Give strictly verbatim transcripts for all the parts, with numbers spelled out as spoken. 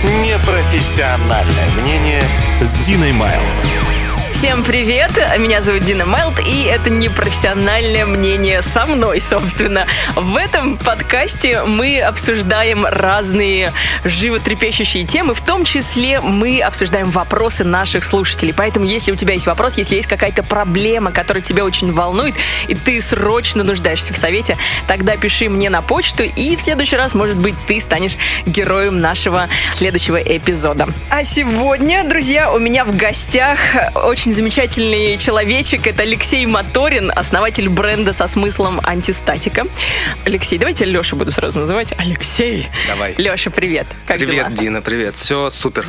Непрофессиональное мнение с Диной Майлд. Всем привет, меня зовут Дина Майлд, и это непрофессиональное мнение со мной, собственно. В этом подкасте мы обсуждаем разные животрепещущие темы, в том числе мы обсуждаем вопросы наших слушателей. Поэтому, если у тебя есть вопрос, если есть какая-то проблема, которая тебя очень волнует, и ты срочно нуждаешься в совете, тогда пиши мне на почту, и в следующий раз, может быть, ты станешь героем нашего следующего эпизода. А сегодня, друзья, у меня в гостях очень замечательный человечек. Это Алексей Моторин, основатель бренда со смыслом антистатика. Алексей, давайте Леша буду сразу называть. Алексей. Давай. Леша, привет. Как привет, дела? Дина, привет. Все супер.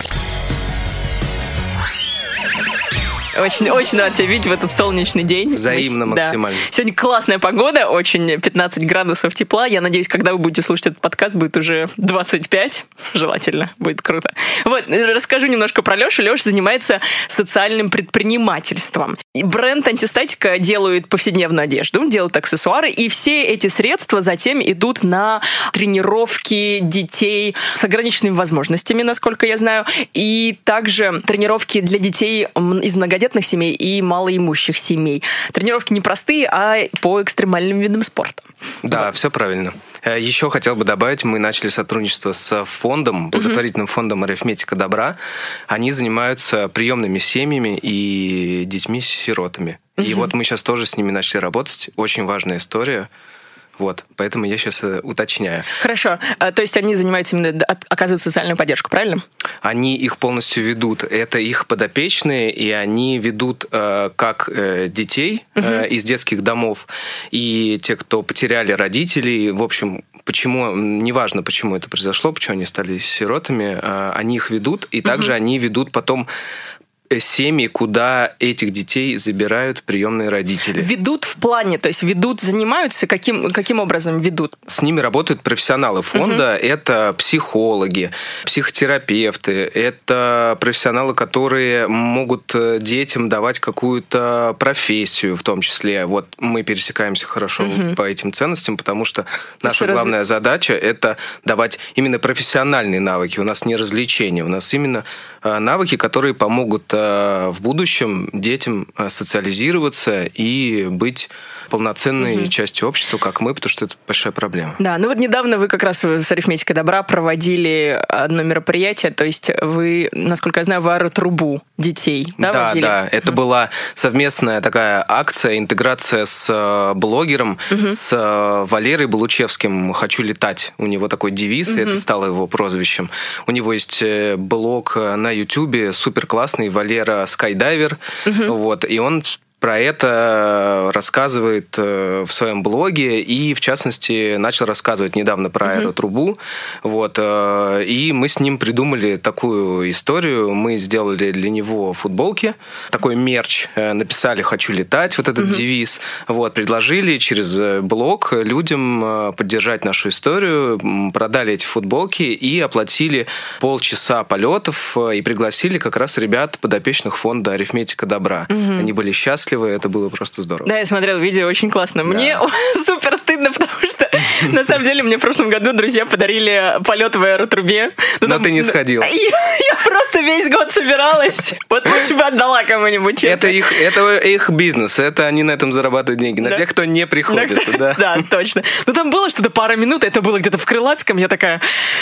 Очень-очень рад тебя видеть в этот солнечный день. Взаимно, Мы, максимально. Да. Сегодня классная погода, очень пятнадцать градусов тепла. Я надеюсь, когда вы будете слушать этот подкаст, будет уже двадцать пять. Желательно, будет круто. Вот, расскажу немножко про Лешу. Леша занимается социальным предпринимательством. И бренд антистатика делает повседневную одежду, делает аксессуары, и все эти средства затем идут на тренировки детей с ограниченными возможностями, насколько я знаю, и также тренировки для детей из многодетных семей и малоимущих семей. Тренировки не простые, а по экстремальным видам спорта. Да, вот. Все правильно. Еще хотел бы добавить, мы начали сотрудничество с фондом, благотворительным фондом «Арифметика добра». Они занимаются приемными семьями и детьми-сиротами. И вот мы сейчас тоже с ними начали работать. Очень важная история. Вот, поэтому я сейчас уточняю. Хорошо, то есть они занимаются именно, оказывают социальную поддержку, правильно? Они их полностью ведут. Это их подопечные, и они ведут э, как э, детей э, из детских домов, и те, кто потеряли родителей. В общем, почему, неважно, почему это произошло, почему они стали сиротами, э, они их ведут, и также uh-huh. они ведут потом семьи, куда этих детей забирают приемные родители. Ведут в плане, то есть ведут, занимаются, каким, каким образом ведут? С ними работают профессионалы фонда, uh-huh. это психологи, психотерапевты, это профессионалы, которые могут детям давать какую-то профессию в том числе. Вот мы пересекаемся хорошо uh-huh. по этим ценностям, потому что наша раз... главная задача — это давать именно профессиональные навыки. У нас не развлечения, у нас именно навыки, которые помогут в будущем детям социализироваться и быть полноценной угу. частью общества, как мы, потому что это большая проблема. Да, ну вот недавно вы как раз с «Арифметикой добра» проводили одно мероприятие, то есть вы, насколько я знаю, в аэротрубу детей, да, да возили? Да, это угу. была совместная такая акция, интеграция с блогером, угу. с Валерой Булучевским «Хочу летать». У него такой девиз, угу. и это стало его прозвищем. У него есть блог на Ютубе, супер классный, Валера Скайдайвер, угу. вот, и он про это рассказывает в своем блоге и, в частности, начал рассказывать недавно про uh-huh. аэротрубу. Вот, и мы с ним придумали такую историю. Мы сделали для него футболки, такой мерч, написали «Хочу летать», вот этот uh-huh. девиз. Вот, предложили через блог людям поддержать нашу историю, продали эти футболки и оплатили полчаса полетов и пригласили как раз ребят подопечных фонда «Арифметика добра». Uh-huh. Они были счастливы. Это было просто здорово. Да, я смотрел видео, очень классно. Да. Мне супер стыдно, потому что на самом деле мне в прошлом году друзья подарили полет в аэротрубе. Но, Но ты не сходила. Я, я просто весь год собиралась. Вот лучше бы отдала кому-нибудь, честно. Это их, это их бизнес, это они на этом зарабатывают деньги. На да. тех, кто не приходит. Да. да, точно. Ну там было что-то пара минут, это было где-то в Крылатском. Я такая,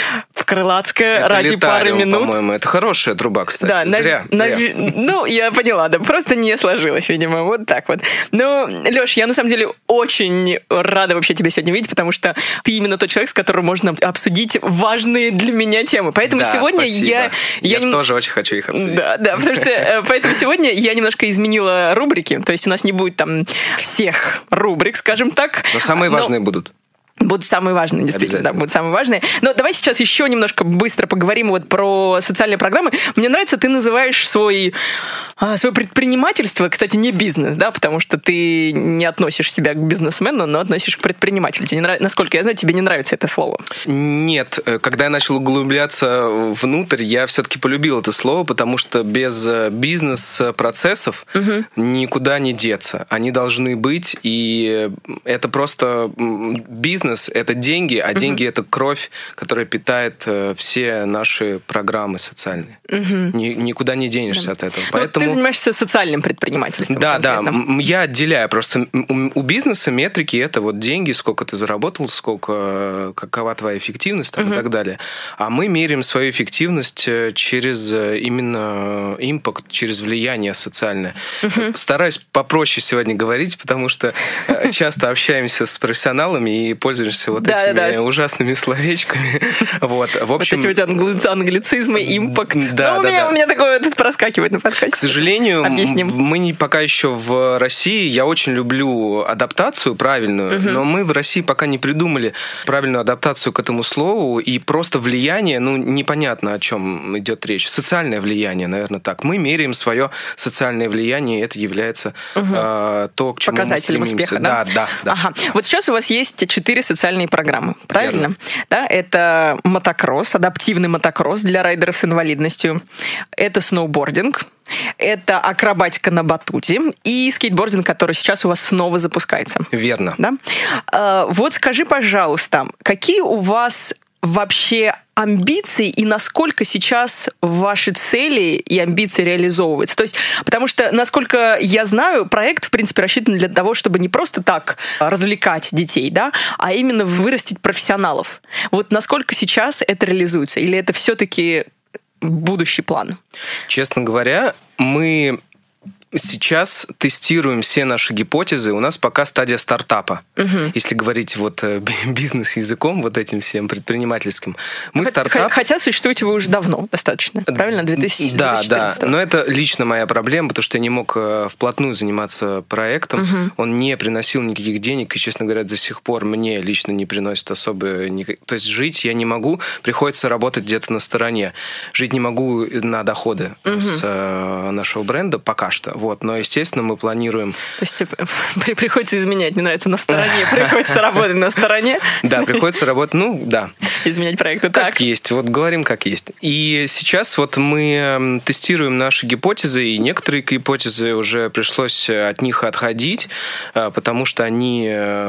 в Крылатское это ради пары минут. По-моему, это хорошая труба, кстати. Да, зря. На, зря. На, ну, я поняла, да, просто не сложилось, видимо, вот так вот. Ну, Леш, я на самом деле очень рада вообще тебя сегодня видеть, потому что ты именно тот человек, с которым можно обсудить важные для меня темы. Поэтому да, сегодня спасибо. я... Я, я тоже очень хочу их обсудить. Да, да, потому что поэтому сегодня я немножко изменила рубрики, то есть у нас не будет там всех рубрик, скажем так. Но самые но... важные будут. Будут самые важные, действительно, да, будут самые важные. Но давай сейчас еще немножко быстро поговорим вот про социальные программы. Мне нравится, ты называешь свой, свое предпринимательство, кстати, не бизнес, да, потому что ты не относишь себя к бизнесмену, но относишь к предпринимателю. Тебе не нрав... Насколько я знаю, тебе не нравится это слово. Нет, когда я начал углубляться внутрь, я все-таки полюбил это слово, потому что без бизнес-процессов угу. никуда не деться. Они должны быть, и это просто бизнес бизнес — это деньги, а uh-huh. деньги — это кровь, которая питает все наши программы социальные. Uh-huh. Ни, никуда не денешься uh-huh. от этого. Поэтому... Ты занимаешься социальным предпринимательством. Да, конкретно. да. Я отделяю просто у бизнеса метрики — это вот деньги, сколько ты заработал, сколько, какова твоя эффективность там, uh-huh. и так далее. А мы меряем свою эффективность через именно импакт, через влияние социальное. Uh-huh. Стараюсь попроще сегодня говорить, потому что часто общаемся с профессионалами и пользуемся вот да, этими да. ужасными словечками. Вот, в общем... Вот эти вот англицизмы, импакт. Да, ну, да, у, меня, да. у меня такое тут проскакивает на подкасте. К сожалению, Объясним. мы не, пока еще в России, я очень люблю адаптацию правильную, uh-huh. но мы в России пока не придумали правильную адаптацию к этому слову, и просто влияние, ну, непонятно, о чем идет речь. Социальное влияние, наверное, так. Мы меряем свое социальное влияние, и это является uh-huh. э, то, к чему показателем мы стремимся. Успеха, да? Да, да, да. Ага. Вот сейчас у вас есть четыре социальные программы, правильно? Верно. Да, это мотокросс, адаптивный мотокросс для райдеров с инвалидностью, это сноубординг, это акробатика на батуте и скейтбординг, который сейчас у вас снова запускается. Верно. Да? А, вот скажи, пожалуйста, какие у вас вообще амбиции и насколько сейчас ваши цели и амбиции реализовываются? То есть, потому что, насколько я знаю, проект, в принципе, рассчитан для того, чтобы не просто так развлекать детей, да, а именно вырастить профессионалов. Вот насколько сейчас это реализуется? Или это все-таки будущий план? Честно говоря, мы сейчас тестируем все наши гипотезы. У нас пока стадия стартапа. Угу. Если говорить вот бизнес-языком, вот этим всем предпринимательским. Мы стартап... Хотя существуете вы уже давно достаточно, правильно? две тысячи четырнадцатый. Да, да. Но это лично моя проблема, потому что я не мог вплотную заниматься проектом. Угу. Он не приносил никаких денег, и, честно говоря, до сих пор мне лично не приносит особо никак... То есть жить я не могу, приходится работать где-то на стороне. Жить не могу на доходы угу. с нашего бренда пока что. Вот, но, естественно, мы планируем... То есть типа, приходится изменять, мне нравится, на стороне, приходится работать на стороне. Да, приходится работать, ну, да. Изменять проекты, так. Как есть, вот говорим как есть. И сейчас вот мы тестируем наши гипотезы, и некоторые гипотезы уже пришлось от них отходить, потому что они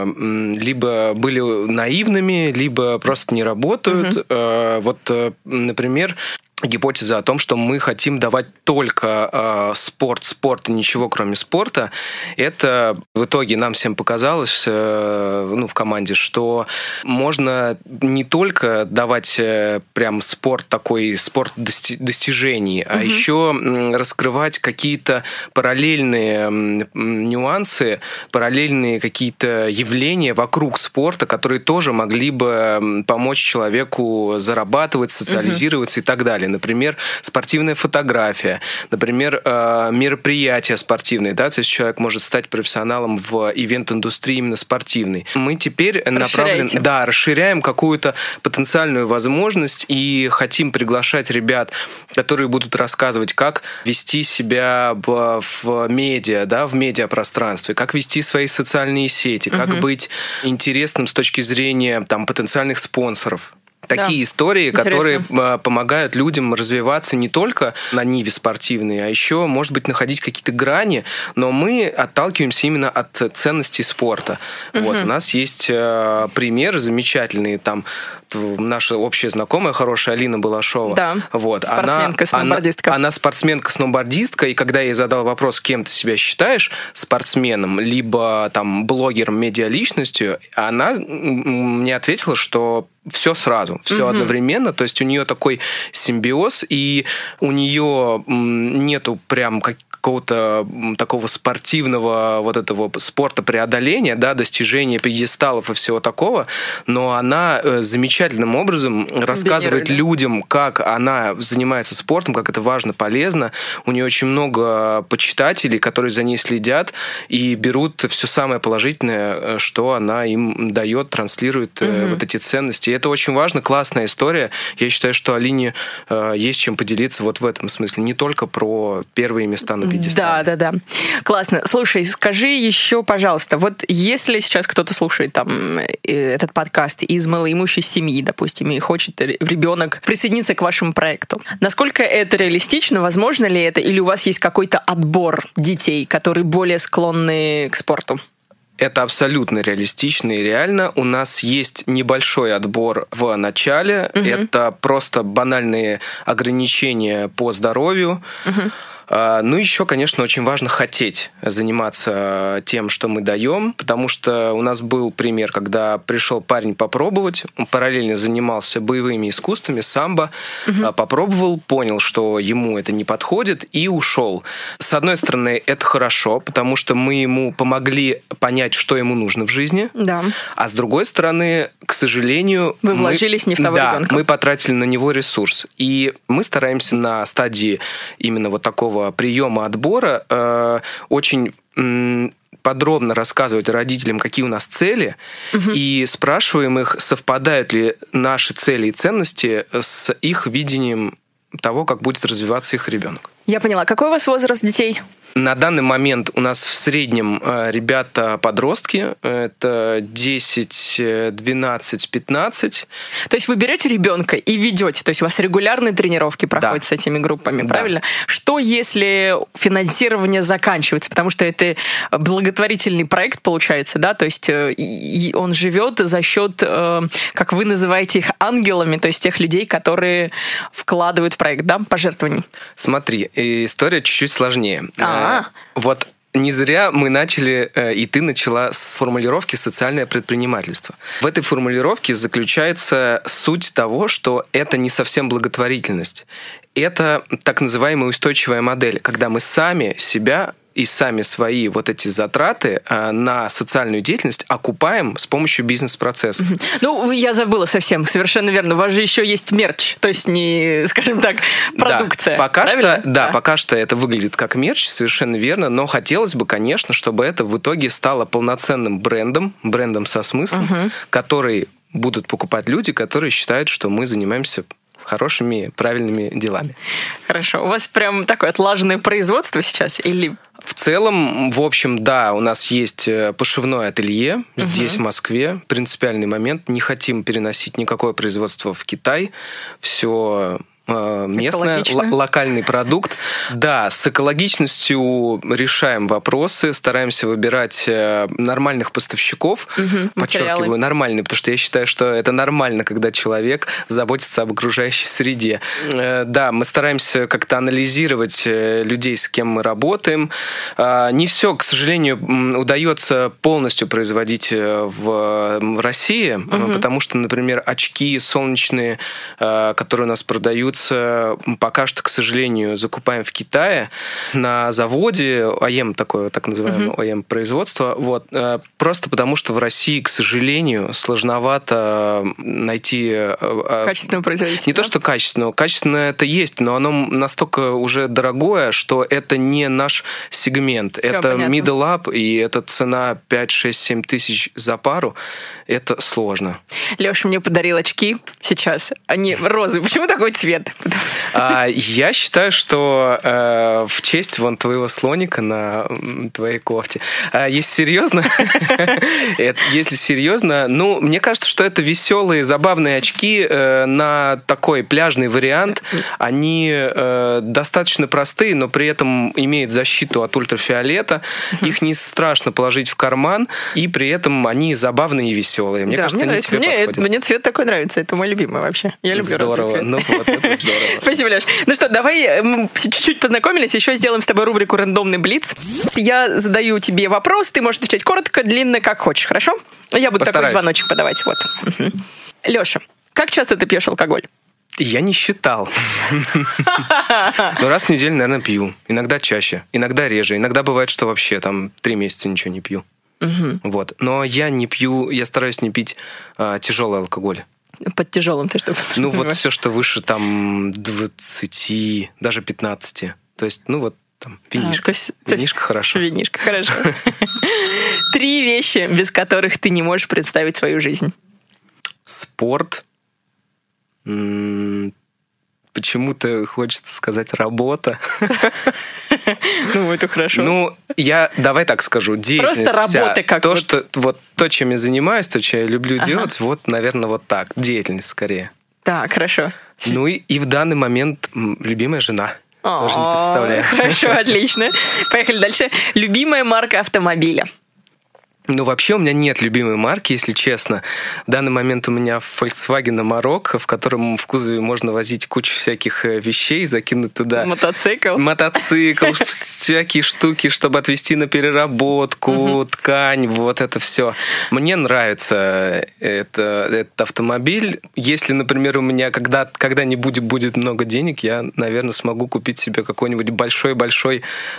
либо были наивными, либо просто не работают. Угу. Вот, например, гипотеза о том, что мы хотим давать только э, спорт, спорт и ничего кроме спорта, это в итоге нам всем показалось, э, ну, в команде, что можно не только давать э, прям спорт такой, спорт дости- достижений, угу. а еще э, раскрывать какие-то параллельные э, нюансы, параллельные какие-то явления вокруг спорта, которые тоже могли бы помочь человеку зарабатывать, социализироваться угу. и так далее. Например, спортивная фотография, например, мероприятия спортивные, да, то есть человек может стать профессионалом в ивент-индустрии именно спортивной. Мы теперь направлены, да, расширяем какую-то потенциальную возможность и хотим приглашать ребят, которые будут рассказывать, как вести себя в, в медиа, да, в медиапространстве, как вести свои социальные сети, как угу. быть интересным с точки зрения там, потенциальных спонсоров. Такие да. истории, Интересно. которые помогают людям развиваться не только на ниве спортивной, а еще, может быть, находить какие-то грани, но мы отталкиваемся именно от ценностей спорта. Угу. Вот, у нас есть э, примеры замечательные, там наша общая знакомая, хорошая Алина Балашова. Да, вот, спортсменка-сноубордистка. Она, она спортсменка-сноубордистка, и когда я ей задал вопрос, кем ты себя считаешь, спортсменом, либо там блогером, медиаличностью, она мне ответила, что все сразу, все угу. одновременно, то есть у нее такой симбиоз, и у нее нету прям какого-то такого спортивного вот этого спорта преодоления, да, достижения пьедесталов и всего такого, но она замечательным образом рассказывает людям, как она занимается спортом, как это важно, полезно. У нее очень много почитателей, которые за ней следят и берут все самое положительное, что она им дает, транслирует угу. вот эти ценности. И это очень важно, классная история. Я считаю, что Алине э, есть чем поделиться вот в этом смысле. Не только про первые места на пьедестале. Да, да, да. Классно. Слушай, скажи еще, пожалуйста, вот если сейчас кто-то слушает там этот подкаст из малоимущей семьи, допустим, и хочет ребенок присоединиться к вашему проекту, насколько это реалистично? Возможно ли это? Или у вас есть какой-то отбор детей, которые более склонны к спорту? Это абсолютно реалистично и реально. У нас есть небольшой отбор в начале. Угу. Это просто банальные ограничения по здоровью. Угу. Ну, еще, конечно, очень важно хотеть заниматься тем, что мы даем, потому что у нас был пример, когда пришел парень попробовать, он параллельно занимался боевыми искусствами, самбо, угу. попробовал, понял, что ему это не подходит, и ушел. С одной стороны, это хорошо, потому что мы ему помогли понять, что ему нужно в жизни, да. А с другой стороны, к сожалению... Вы вложились мы, не в того да, ребенка. мы потратили на него ресурс, и мы стараемся на стадии именно вот такого приема отбора э, очень м, подробно рассказывать родителям, какие у нас цели, угу. и спрашиваем их, совпадают ли наши цели и ценности с их видением того, как будет развиваться их ребенок. Я поняла. Какой у вас возраст детей? На данный момент у нас в среднем ребята-подростки, это десять, двенадцать, пятнадцать. То есть вы берете ребенка и ведете, то есть у вас регулярные тренировки проходят да. с этими группами, да. правильно? Что если финансирование заканчивается, потому что это благотворительный проект получается, да, то есть он живет за счет, как вы называете их, ангелами, то есть тех людей, которые вкладывают в проект, да, пожертвований? Смотри, история чуть-чуть сложнее. А-а-а. Вот не зря мы начали, и ты начала с формулировки «социальное предпринимательство». В этой формулировке заключается суть того, что это не совсем благотворительность. Это так называемая устойчивая модель, когда мы сами себя и сами свои вот эти затраты на социальную деятельность окупаем с помощью бизнес-процессов. Ну, я забыла совсем, совершенно верно. У вас же еще есть мерч, то есть не, скажем так, продукция. Да, пока правильно? что, да, да, пока что это выглядит как мерч, совершенно верно, но хотелось бы, конечно, чтобы это в итоге стало полноценным брендом, брендом со смыслом, угу. который будут покупать люди, которые считают, что мы занимаемся хорошими, правильными делами. Хорошо. У вас прям такое отлаженное производство сейчас? Или... В целом, в общем, да, у нас есть пошивное ателье здесь, угу. в Москве. Принципиальный момент. Не хотим переносить никакое производство в Китай. Все... местный, л- локальный продукт. Да, с экологичностью решаем вопросы, стараемся выбирать нормальных поставщиков. Угу, подчеркиваю, материалы. Нормальные, потому что я считаю, что это нормально, когда человек заботится об окружающей среде. Да, мы стараемся как-то анализировать людей, с кем мы работаем. Не все, к сожалению, удается полностью производить в России, угу. потому что, например, очки солнечные, которые у нас продают, пока что, к сожалению, закупаем в Китае на заводе ОЕМ, такое так называемое uh-huh. ОЕМ производство, вот, просто потому что в России, к сожалению, сложновато найти... Качественного производителя. Не то, что качественного. Качественное это есть, но оно настолько уже дорогое, что это не наш сегмент. Все, это понятно. Middle up, и это цена пять, шесть, семь тысяч за пару. Это сложно. Леша мне подарил очки сейчас. Они розовые. Почему такой цвет? А, я считаю, что э, в честь вон твоего слоника на твоей кофте. А, если серьезно, если серьезно, ну, мне кажется, что это веселые, забавные очки э, на такой пляжный вариант. Они э, достаточно простые, но при этом имеют защиту от ультрафиолета. Их не страшно положить в карман, и при этом они забавные и веселые. Мне да, кажется, мне они тебе мне, подходят. Мне цвет такой нравится. Это мой любимый вообще. Я люблю Здорово. розовый цвет. Ну вот, это здорово. Спасибо, Леш. Ну что, давай мы чуть-чуть познакомились, еще сделаем с тобой рубрику «Рандомный блиц». Я задаю тебе вопрос, ты можешь отвечать коротко, длинно, как хочешь, хорошо? Я буду Постараюсь. Такой звоночек подавать, вот. Угу. Леша, как часто ты пьешь алкоголь? Я не считал. Но раз в неделю, наверное, пью. Иногда чаще, иногда реже. Иногда бывает, что вообще там три месяца ничего не пью. Угу. Вот. Но я не пью, я стараюсь не пить а, тяжелый алкоголь. Под тяжелым ты что? Ну вот все, что выше там двадцати, даже пятнадцати. То есть, ну вот там винишко. А, то есть, винишко то... хорошо. Винишко хорошо. Три вещи, без которых ты не можешь представить свою жизнь. Спорт. Почему-то хочется сказать работа. Ну, это хорошо. Ну, я, давай так скажу, деятельность просто работа как то, вот. Что, вот то, чем я занимаюсь, то, что я люблю ага. делать, вот, наверное, вот так. Деятельность скорее. Так, хорошо. Ну и, и в данный момент любимая жена. О-о-о, тоже не представляю. Хорошо, отлично. Поехали дальше. Любимая марка автомобиля? Ну, вообще у меня нет любимой марки, если честно. В данный момент у меня Volkswagen Amarok, в котором в кузове можно возить кучу всяких вещей, закинуть туда... Мотоцикл. Мотоцикл, всякие штуки, чтобы отвезти на переработку, ткань, вот это все. Мне нравится это, этот автомобиль. Если, например, у меня когда, когда-нибудь будет много денег, я, наверное, смогу купить себе какой-нибудь большой-большой,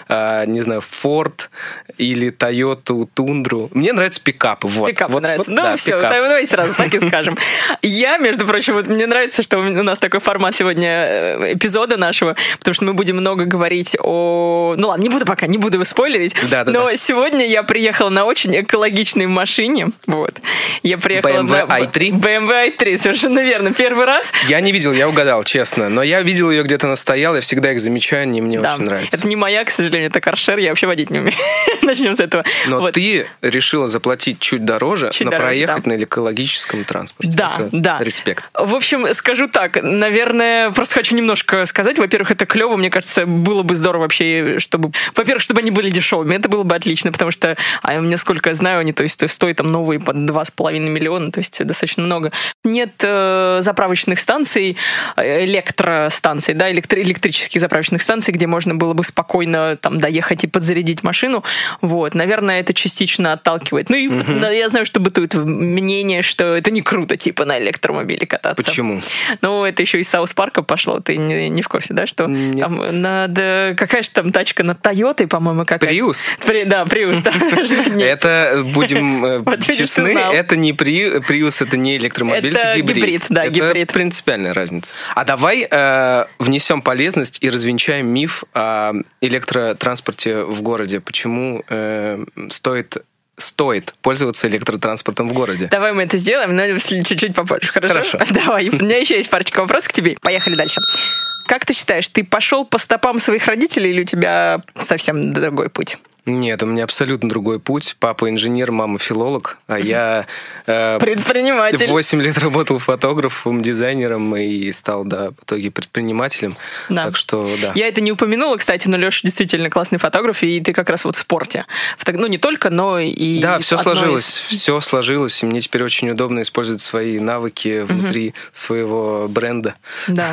не знаю, Ford или Toyota Tundra. Мне нравятся пикапы. Вот. Пикапы вот, нравятся. Вот, ну, да, все, пикап. давайте сразу так и скажем. Я, между прочим, вот мне нравится, что у нас такой формат сегодня эпизода нашего, потому что мы будем много говорить о... Ну ладно, не буду пока, не буду его спойлерить. Да, да, но да. сегодня я приехала на очень экологичной машине. Вот. Я приехала бэ эм вэ на... ай три? бэ эм вэ ай три, совершенно верно. Первый раз. Я не видел, я угадал, честно. Но я видел ее где-то, она стояла, я всегда их замечаю, они мне Да. очень нравятся. Это не моя, к сожалению, это каршер, я вообще водить не умею. Начнем с этого. Но Вот. ты решила заплатить чуть дороже, Чуть но дороже, проехать да. на экологическом транспорте. Да, Это да. Респект. В общем, скажу так, наверное, просто хочу немножко сказать. Во-первых, это клево, мне кажется, было бы здорово вообще, чтобы... Во-первых, чтобы они были дешевыми, это было бы отлично, потому что, а мне, сколько я знаю, они то есть, то есть, стоят там новые по два с половиной миллиона, то есть достаточно много. Нет э, заправочных станций, электростанций, да, электри- электрических заправочных станций, где можно было бы спокойно там доехать и подзарядить машину. Вот, наверное, это частично отталкивает. Ну и Мгм. да, я знаю, что бытует мнение, что это не круто, типа, на электромобиле кататься. Почему? Ну, это еще из Саус Парка пошло. Ты не, не в курсе, да, что Нет. там надо... Какая же там тачка над Тойотой, по-моему, какая-то? Приус? При- Да, Приус. да. Нет. Это, будем э, Вот видишь, ты честны, знал. это не при, Приус, это не электромобиль, Это это, гибрид. гибрид, да, это гибрид. принципиальная разница. А давай э, внесем полезность и развенчаем миф о электротранспорте в городе. Почему э, стоит... стоит пользоваться электротранспортом в городе. Давай мы это сделаем, но чуть-чуть попозже, хорошо? Хорошо. Давай, у меня еще есть парочка вопросов к тебе. Поехали дальше. Как ты считаешь, ты пошел по стопам своих родителей или у тебя совсем другой путь? Нет, у меня абсолютно другой путь. Папа инженер, мама филолог, а я э, Предприниматель. восемь лет работал фотографом, дизайнером и стал, да, в итоге предпринимателем. Да. Так что, да. Я это не упомянула, кстати, но Леша действительно классный фотограф, и ты как раз вот в спорте. Фото- Ну, не только, но и... Да, все одно из- сложилось, все сложилось, и мне теперь очень удобно использовать свои навыки внутри своего бренда. Да.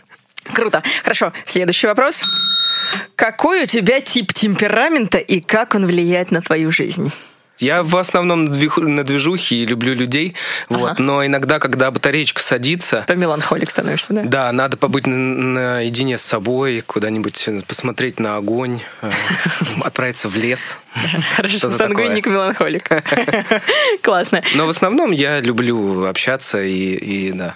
Круто. Хорошо, следующий вопрос. Какой у тебя тип темперамента и как он влияет на твою жизнь? Я в основном на, движ... на движухе и люблю людей, вот, Ага. но иногда, когда батареечка садится, То меланхолик становишься, да? да, надо побыть на- наедине с собой, куда-нибудь посмотреть на огонь, э, отправиться в лес. Хорошо, Что-то сангвиник, меланхолик. Классно. Но в основном я люблю общаться и, и да.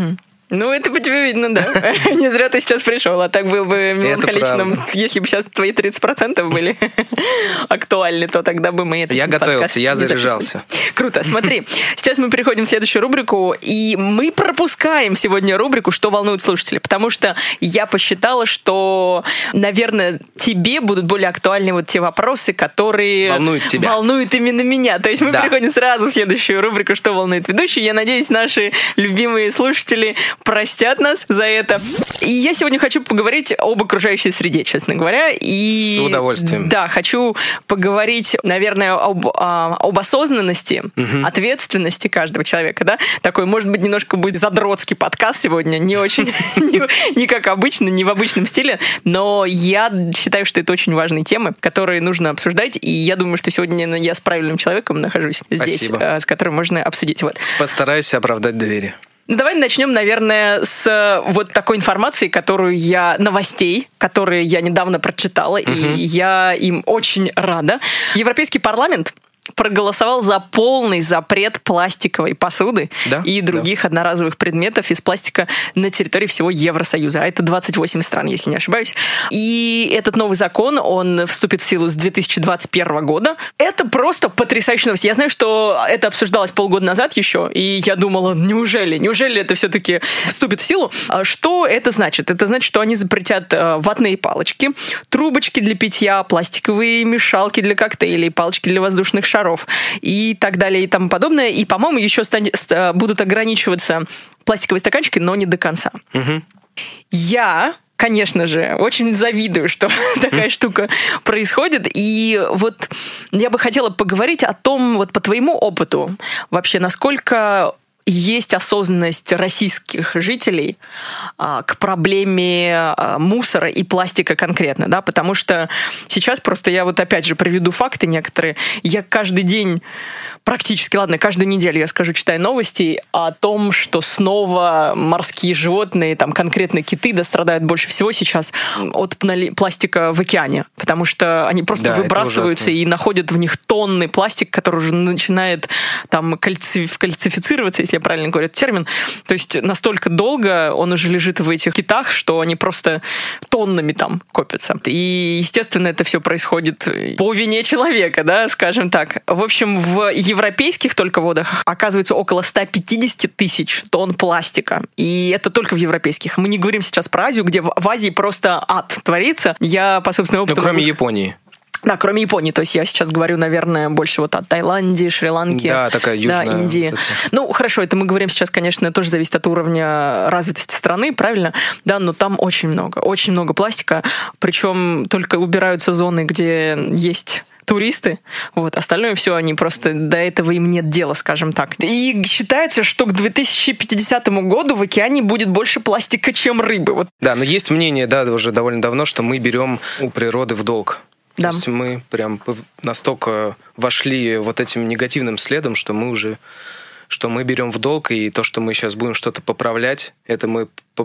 Ну, это по тебе видно, да. Не зря ты сейчас пришел, а так был бы меланхоличным. правда. Если бы сейчас твои тридцать процентов были актуальны, то тогда бы мы этот Я подкаст готовился, я не записывали. заряжался. Круто. Смотри, сейчас мы переходим в следующую рубрику, и мы пропускаем сегодня рубрику «Что волнует слушателей», потому что я посчитала, что, наверное, тебе будут более актуальны вот те вопросы, которые Волнуют тебя. волнуют именно меня. То есть мы Да. переходим сразу в следующую рубрику «Что волнует ведущий». Я надеюсь, наши любимые слушатели простят нас за это. И я сегодня хочу поговорить об окружающей среде, честно говоря. И, С удовольствием. Да, хочу поговорить, наверное, об, а, об осознанности, ответственности каждого человека. Да? Такой, может быть, немножко будет задротский подкаст сегодня, не очень, не, не как обычно, не в обычном стиле, но я считаю, что это очень важные темы, которые нужно обсуждать, и я думаю, что сегодня я с правильным человеком нахожусь здесь, Спасибо. а, с которым можно обсудить. Вот. Постараюсь оправдать доверие. Ну, давай начнем, наверное, с э, вот такой информации, которую я... Новостей, которые я недавно прочитала, и я им очень рада. Европейский парламент проголосовал за полный запрет пластиковой посуды Да, и других одноразовых предметов из пластика на территории всего Евросоюза. А это двадцать восемь стран, если не ошибаюсь. И этот новый закон, он вступит в силу с две тысячи двадцать первого года. Это просто потрясающая новость. Я знаю, что это обсуждалось полгода назад еще, и я думала, неужели, неужели это все-таки вступит в силу? А что это значит? Это значит, что они запретят э, ватные палочки, трубочки для питья, пластиковые мешалки для коктейлей, палочки для воздушных шаров и так далее и тому подобное. И, по-моему, еще стань- ст- будут ограничиваться пластиковые стаканчики, но не до конца. Мгм. Я, конечно же, очень завидую, что такая штука происходит. И вот я бы хотела поговорить о том, вот по твоему опыту, вообще, насколько есть осознанность российских жителей а, к проблеме а, мусора и пластика конкретно, да, потому что сейчас просто я вот опять же приведу факты некоторые. Я каждый день практически, ладно, каждую неделю я скажу, читаю новости о том, что снова морские животные, там конкретно киты, да, страдают больше всего сейчас от пластика в океане, потому что они просто да, выбрасываются и находят в них тонны пластика, который уже начинает там кальци- кальцифицироваться, если я правильно говорю этот термин. То есть настолько долго он уже лежит в этих китах, что они просто тоннами там копятся. И, естественно, это все происходит по вине человека, да, скажем так. В общем, в европейских только водах оказывается около сто пятьдесят тысяч тонн пластика. И это только в европейских. Мы не говорим сейчас про Азию, где в Азии просто ад творится. Я по собственному опыту... Ну, кроме могу... Японии. Да, кроме Японии. То есть я сейчас говорю, наверное, больше вот о Таиланде, Шри-Ланке. Да, такая южная. Да, Индии. Вот ну, хорошо, это мы говорим сейчас, конечно, тоже зависит от уровня развитости страны, правильно? Да, но там очень много, очень много пластика. Причем только убираются зоны, где есть туристы, вот, остальное все, они просто, до этого им нет дела, скажем так. И считается, что к две тысячи пятидесятому году в океане будет больше пластика, чем рыбы. Вот. Да, но есть мнение, да, уже довольно давно, что мы берем у природы в долг. Да. То есть мы прям настолько вошли вот этим негативным следом, что мы уже, что мы берем в долг, и то, что мы сейчас будем что-то поправлять, это мы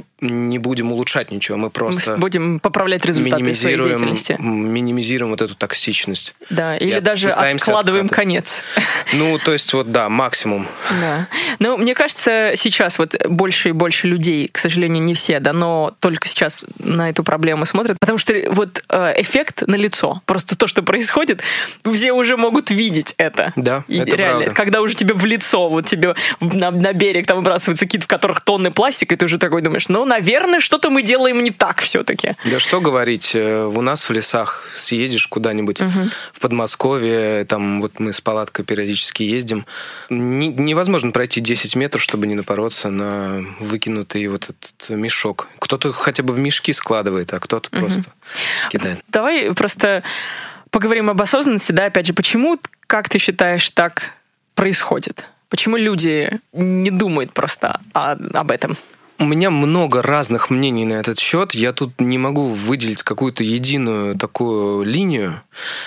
не будем улучшать ничего, мы просто мы будем поправлять результаты своей деятельности. Минимизируем вот эту токсичность. Да, или даже откладываем конец. Ну, то есть вот, да, максимум. Да. Ну, мне кажется, сейчас вот больше и больше людей, к сожалению, не все, да, но только сейчас на эту проблему смотрят, потому что вот эффект налицо. Просто то, что происходит, все уже могут видеть это. Да, и это реально, правда. Когда уже тебе в лицо, вот тебе на, на берег там выбрасывается кит, в которых тонны пластика, и ты уже такой думаешь, ну, наверное, что-то мы делаем не так все-таки. Да что говорить, у нас в лесах съездишь куда-нибудь, угу. в Подмосковье, там вот мы с палаткой периодически ездим, не, невозможно пройти десять метров, чтобы не напороться на выкинутый вот этот мешок. Кто-то хотя бы в мешки складывает, а кто-то угу. просто кидает. Давай просто поговорим об осознанности, да, опять же, почему, как ты считаешь, так происходит? Почему люди не думают просто о, об этом? У меня много разных мнений на этот счет. Я тут не могу выделить какую-то единую такую линию.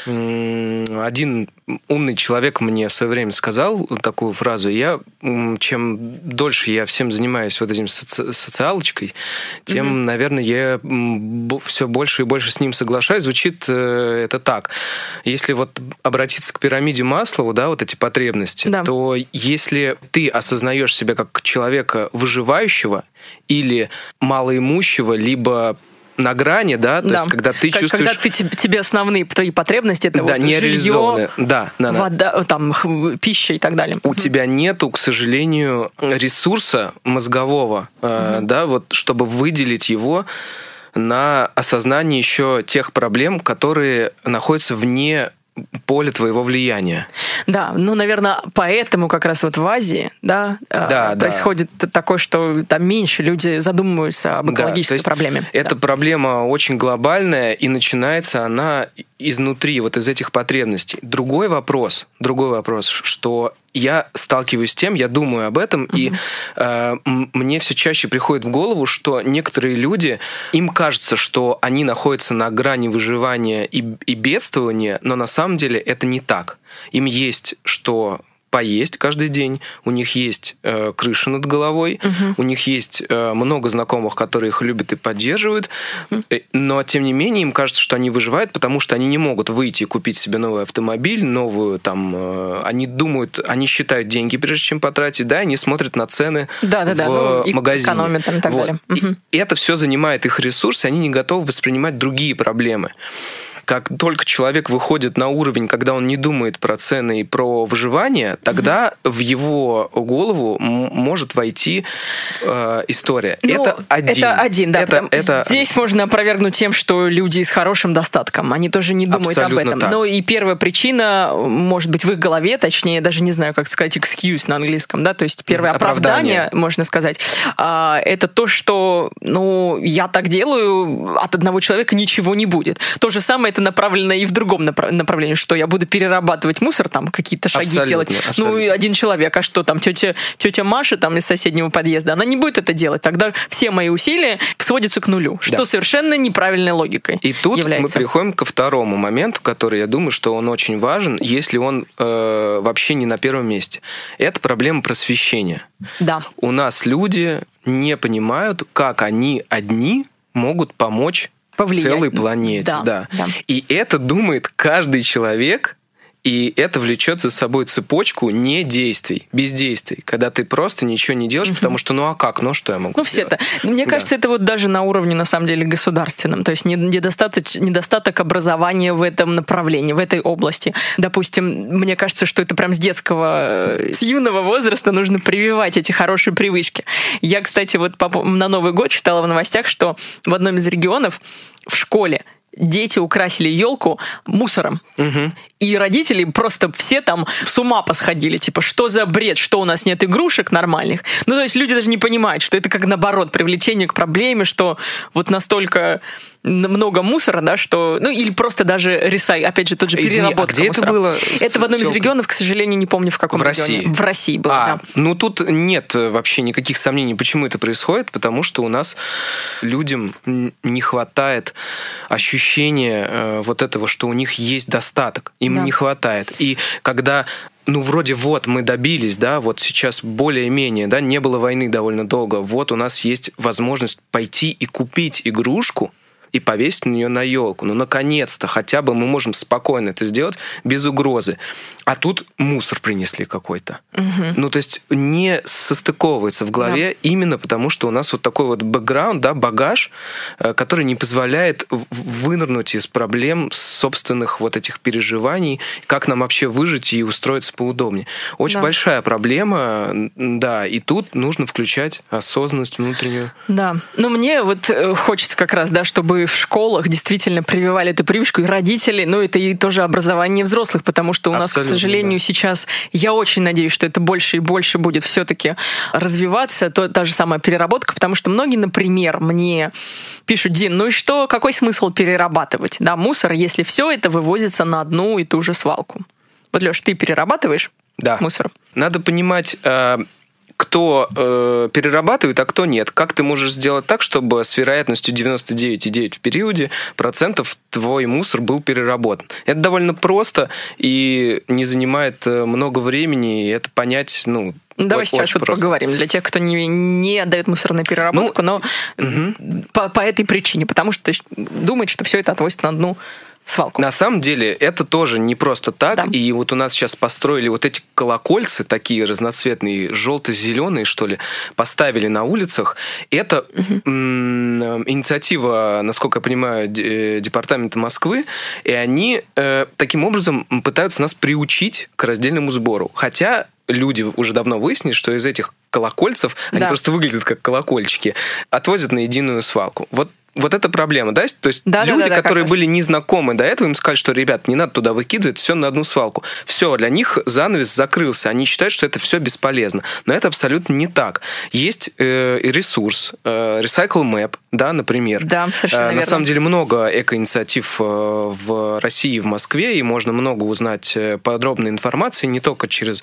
Один умный человек мне в свое время сказал такую фразу. Я, чем дольше я всем занимаюсь вот этим соци- социалочкой, тем, mm-hmm. наверное, я все больше и больше с ним соглашаюсь. Звучит это так. Если вот обратиться к пирамиде Маслоу, да, вот эти потребности, да. то если ты осознаешь себя как человека выживающего или малоимущего, либо на грани, да, то да. есть когда ты как, чувствуешь... Когда ты, тебе основные твои потребности, это да, вот жилье, да, да, вода, да. там, пища и так далее. У тебя нету, к сожалению, ресурса мозгового, mm-hmm. да, вот, чтобы выделить его на осознание еще тех проблем, которые находятся вне поле твоего влияния. Да, ну, наверное, поэтому как раз вот в Азии, да, да происходит да. такое, что там меньше люди задумываются об экологической да, проблеме. Эта да. проблема очень глобальная, и начинается она изнутри, вот из этих потребностей. Другой вопрос, другой вопрос, что я сталкиваюсь с тем, я думаю об этом, uh-huh. и э, мне все чаще приходит в голову, что некоторые люди, им кажется, что они находятся на грани выживания и, и бедствования, но на самом деле это не так. Им есть что поесть каждый день, у них есть э, крыша над головой, uh-huh. у них есть э, много знакомых, которые их любят и поддерживают, uh-huh. но тем не менее им кажется, что они выживают, потому что они не могут выйти и купить себе новый автомобиль, новую там, э, они думают, они считают деньги, прежде чем потратить, да, они смотрят на цены да, да, в да, ну, магазине. Экономят там и так вот. далее. Uh-huh. И это все занимает их ресурсы, они не готовы воспринимать другие проблемы. как только человек выходит на уровень, когда он не думает про цены и про выживание, тогда mm-hmm. в его голову м- может войти э, история. Ну, это один. Это один, да. Это, это... Здесь можно опровергнуть тем, что люди с хорошим достатком, они тоже не думают Абсолютно об этом. так. Но и первая причина, может быть, в их голове, точнее, даже не знаю, как сказать excuse на английском, да, то есть первое оправдание, оправдание можно сказать, а, это то, что, ну, я так делаю, от одного человека ничего не будет. То же самое это направлено и в другом направ- направлении, что я буду перерабатывать мусор, там, какие-то шаги абсолютно, делать. Абсолютно. Ну, и один человек, а что там, тетя, тетя Маша там из соседнего подъезда, она не будет это делать. Тогда все мои усилия сводятся к нулю, что да. совершенно неправильной логикой И тут является. мы приходим ко второму моменту, который, я думаю, что он очень важен, если он э, вообще не на первом месте. Это проблема просвещения. Да. У нас люди не понимают, как они одни могут помочь повлиять. Целой планете. Да, да. Да. И это думает каждый человек, и это влечет за собой цепочку не действий, бездействий, когда ты просто ничего не делаешь, uh-huh. потому что ну а как, ну что я могу ну, сделать? Ну все это. Мне да. кажется, это вот даже на уровне, на самом деле, государственном. То есть недостаток, недостаток образования в этом направлении, в этой области. Допустим, мне кажется, что это прям с детского, с юного возраста нужно прививать эти хорошие привычки. Я, кстати, вот на Новый год читала в новостях, что в одном из регионов в школе дети украсили елку мусором. Угу. И родители просто все там с ума посходили. Типа, что за бред, что у нас нет игрушек нормальных? Ну, то есть люди даже не понимают, что это как наоборот привлечение к проблеме, что вот настолько много мусора, да, что... Ну, или просто даже ресай, опять же, тот же переработка Извини, а где мусора. это было? Это в одном из регионов, к сожалению, не помню в каком в регионе. России. В России было, а, да. Ну, тут нет вообще никаких сомнений, почему это происходит, потому что у нас людям не хватает ощущения э, вот этого, что у них есть достаток. Им да. не хватает. И когда... Ну, вроде вот мы добились, да, вот сейчас более-менее, да, не было войны довольно долго, вот у нас есть возможность пойти и купить игрушку и повесить на нее на елку. Ну, наконец-то, хотя бы мы можем спокойно это сделать без угрозы. А тут мусор принесли какой-то. Угу. Ну, то есть не состыковывается в голове да. именно потому, что у нас вот такой вот бэкграунд, да, багаж, который не позволяет вынырнуть из проблем собственных вот этих переживаний, как нам вообще выжить и устроиться поудобнее. Очень да. большая проблема, да, и тут нужно включать осознанность внутреннюю. Да, но мне вот хочется как раз, да, чтобы в школах действительно прививали эту привычку, и родители, ну, это и тоже образование взрослых, потому что у нас, Абсолютно, к сожалению, да. сейчас, я очень надеюсь, что это больше и больше будет все-таки развиваться, то, та же самая переработка, потому что многие, например, мне пишут: Дин, ну и что, какой смысл перерабатывать, да, мусор, если все это вывозится на одну и ту же свалку? Вот, Леш, ты перерабатываешь да. мусор? Надо понимать... Э- кто э, перерабатывает, а кто нет. Как ты можешь сделать так, чтобы с вероятностью девяносто девять целых девять десятых в периоде процентов твой мусор был переработан? Это довольно просто и не занимает много времени, и это понять, ну, Давай очень сейчас вот просто. Поговорим. Для тех, кто не, не отдает мусор на переработку, ну, но угу. по, по этой причине, потому что думает, что все это отвозит на одну свалку. На самом деле это тоже не просто так. Да. И вот у нас сейчас построили вот эти колокольцы, такие разноцветные, желто-зеленые, что ли, поставили на улицах. Это угу. м- инициатива, насколько я понимаю, департамента Москвы, и они э, таким образом пытаются нас приучить к раздельному сбору. Хотя люди уже давно выяснили, что из этих колокольцев, да. они просто выглядят как колокольчики, отвозят на единую свалку. Вот Вот это проблема, да? То есть да, люди, да, да, которые были незнакомы до этого, им сказали, что, ребят, не надо туда выкидывать, все на одну свалку. Все, для них занавес закрылся. Они считают, что это все бесполезно. Но это абсолютно не так. Есть э, ресурс, э, Recycle Map, да, например. Да, совершенно э, верно. На самом деле много эко-инициатив э, в России и в Москве, и можно много узнать подробной информации, не только через...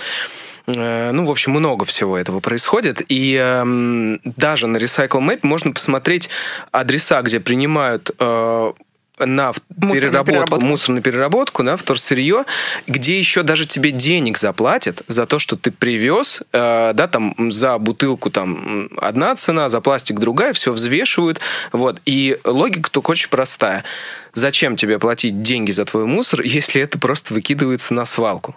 Ну, в общем, много всего этого происходит. И э, даже на Recycle Map можно посмотреть адреса, где принимают э, на мусор переработку, на переработку. мусор на переработку, на вторсырье, где еще даже тебе денег заплатят за то, что ты привез, э, да, там за бутылку там одна цена, за пластик другая, все взвешивают. Вот. И логика только очень простая. Зачем тебе платить деньги за твой мусор, если это просто выкидывается на свалку?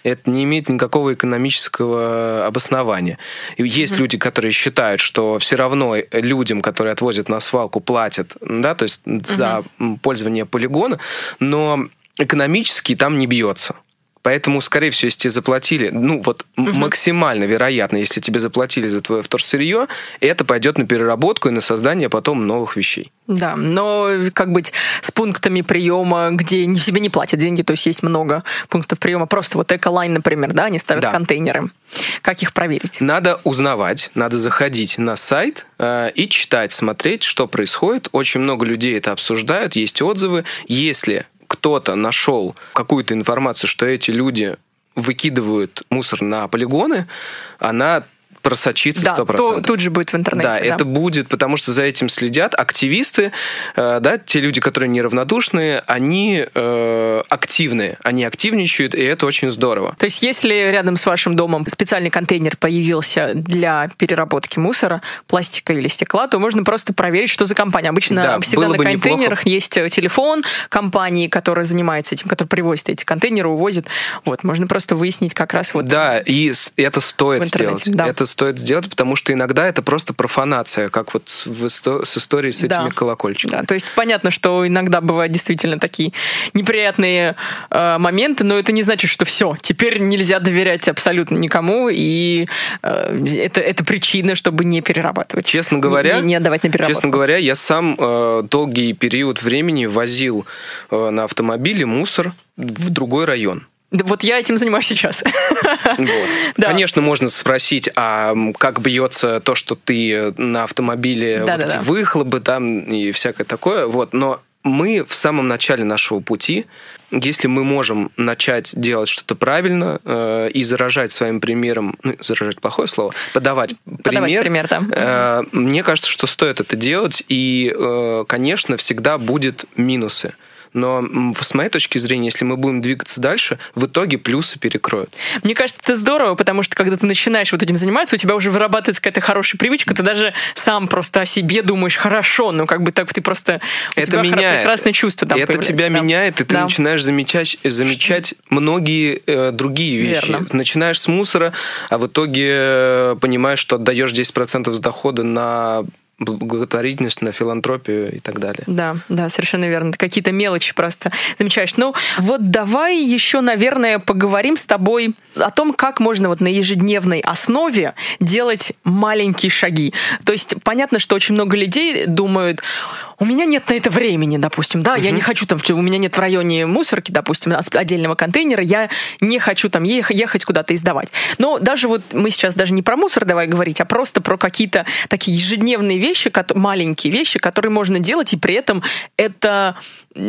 Это не имеет никакого экономического обоснования. И есть mm-hmm. люди, которые считают, что все равно людям, которые отвозят на свалку, платят, да, то есть mm-hmm. за пользование полигона, но экономически там не бьется. Поэтому, скорее всего, если тебе заплатили, ну вот угу. максимально вероятно, если тебе заплатили за твое вторсырье, это пойдет на переработку и на создание потом новых вещей. Да, но как быть с пунктами приема, где тебе не платят деньги, то есть есть много пунктов приема. Просто вот Эколайн, например, да, они ставят да. контейнеры. Как их проверить? Надо узнавать, надо заходить на сайт э, и читать, смотреть, что происходит. Очень много людей это обсуждают, есть отзывы. Если кто-то нашел какую-то информацию, что эти люди выкидывают мусор на полигоны, она просочится сто процентов. Да, то, тут же будет в интернете. Да, да, это будет, потому что за этим следят активисты, э, да, те люди, которые неравнодушные, они э, активные, они активничают, и это очень здорово. То есть если рядом с вашим домом специальный контейнер появился для переработки мусора, пластика или стекла, то можно просто проверить, что за компания. Обычно да, всегда на контейнерах неплохо. Есть телефон компании, которая занимается этим, которая привозит эти контейнеры, увозит. Вот, можно просто выяснить как раз вот. Да, и это стоит сделать. Да. Это стоит сделать, потому что иногда это просто профанация, как вот с, исто- с историей с этими да. колокольчиками. Да, то есть понятно, что иногда бывают действительно такие неприятные э, моменты, но это не значит, что все, теперь нельзя доверять абсолютно никому, и э, это, это причина, чтобы не перерабатывать. Честно говоря, не, не отдавать на переработку. Честно говоря, я сам э, долгий период времени возил э, на автомобиле мусор в другой район. Вот я этим занимаюсь сейчас. Вот. Да. Конечно, можно спросить, а как бьется то, что ты на автомобиле да, вот да, эти да. выхлопы там и всякое такое. Вот. Но мы в самом начале нашего пути, если мы можем начать делать что-то правильно э, и заражать своим примером, ну, заражать плохое слово, подавать, подавать пример, пример да. э, мне кажется, что стоит это делать, и, э, конечно, всегда будут минусы. Но с моей точки зрения, если мы будем двигаться дальше, в итоге плюсы перекроют. Мне кажется, это здорово, потому что когда ты начинаешь вот этим заниматься, у тебя уже вырабатывается какая-то хорошая привычка, ты даже сам просто о себе думаешь хорошо, ну как бы так ты просто... У это тебя меняет. прекрасное чувство там это появляется. тебя да. меняет, и ты да. начинаешь замечать, замечать многие э, другие вещи. Верно. Начинаешь с мусора, а в итоге понимаешь, что отдаешь десять процентов с дохода на... благотворительность, на филантропию и так далее. Да, да, совершенно верно. Какие-то мелочи просто замечаешь. Ну, вот давай еще, наверное, поговорим с тобой о том, как можно вот на ежедневной основе делать маленькие шаги. То есть понятно, что очень много людей думают, у меня нет на это времени, допустим, да, uh-huh. я не хочу там, у меня нет в районе мусорки, допустим, отдельного контейнера, я не хочу там ехать куда-то и сдавать. Но даже вот мы сейчас даже не про мусор давай говорить, а просто про какие-то такие ежедневные вещи, маленькие вещи, которые можно делать, и при этом это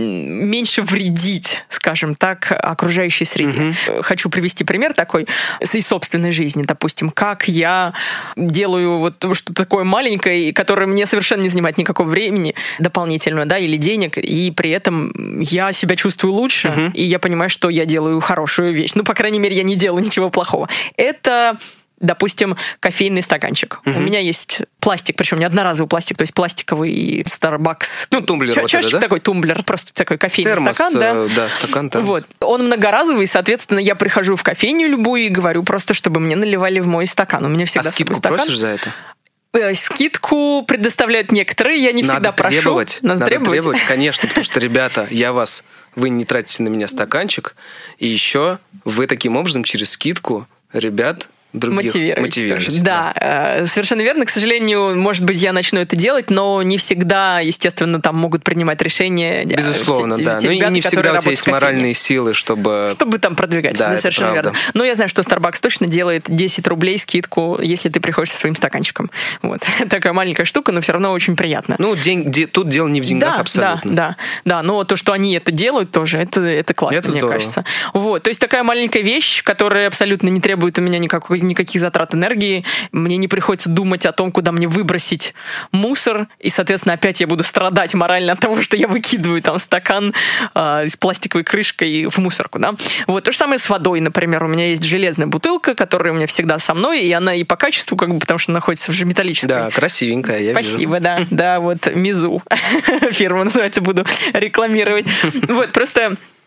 меньше вредить, скажем так, окружающей среде. Uh-huh. Хочу привести пример такой из собственной жизни, допустим, как я делаю вот что-то такое маленькое, которое мне совершенно не занимает никакого времени дополнительного, да, или денег, и при этом я себя чувствую лучше, uh-huh. и я понимаю, что я делаю хорошую вещь. Ну, по крайней мере, я не делаю ничего плохого. Это... Допустим, кофейный стаканчик. Uh-huh. У меня есть пластик, причем не одноразовый пластик, то есть пластиковый Starbucks. Ну, тумблер. Ч- вот чашечка это, да? Такой тумблер, просто такой кофейный термос, стакан. Да, э, да стакан. Термос. Вот. Он многоразовый, и, соответственно, я прихожу в кофейню любую и говорю просто, чтобы мне наливали в мой стакан. У меня всегда а скидку стакан. Просишь за это? Скидку предоставляют некоторые, я не Надо всегда прошу. Требовать. Надо, Надо требовать. требовать, конечно, потому что, ребята, я вас, вы не тратите на меня стаканчик, и еще вы таким образом через скидку, ребят, других мотивируете тоже. Да, да, совершенно верно. К сожалению, может быть, я начну это делать, но не всегда, естественно, там могут принимать решения. Безусловно, те, да. Те ну ребята, и не всегда у тебя есть моральные силы, чтобы... Чтобы там продвигать. Да, да, совершенно правда. верно. Но я знаю, что Starbucks точно делает десять рублей скидку, если ты приходишь со своим стаканчиком. Вот. Такая маленькая штука, но все равно очень приятно. Ну, день, де, тут дело не в деньгах да, абсолютно. Да, да, да. Но то, что они это делают тоже, это, это классно, это мне здорово. кажется. Вот. То есть такая маленькая вещь, которая абсолютно не требует у меня никаких, никаких затрат энергии. Мне не приходится думать о том, куда мне выбросить мусор, и, соответственно, опять я буду страдать морально от того, что я выкидываю там стакан э, с пластиковой крышкой в мусорку, да. Вот. То же самое с водой, например. У меня есть железная бутылка, которая у меня всегда со мной, и она и по качеству, как бы, потому что находится в металлической. Да, красивенькая, я Спасибо, вижу. да. Да, вот Мизу. Фирма называется, буду рекламировать. Вот, просто...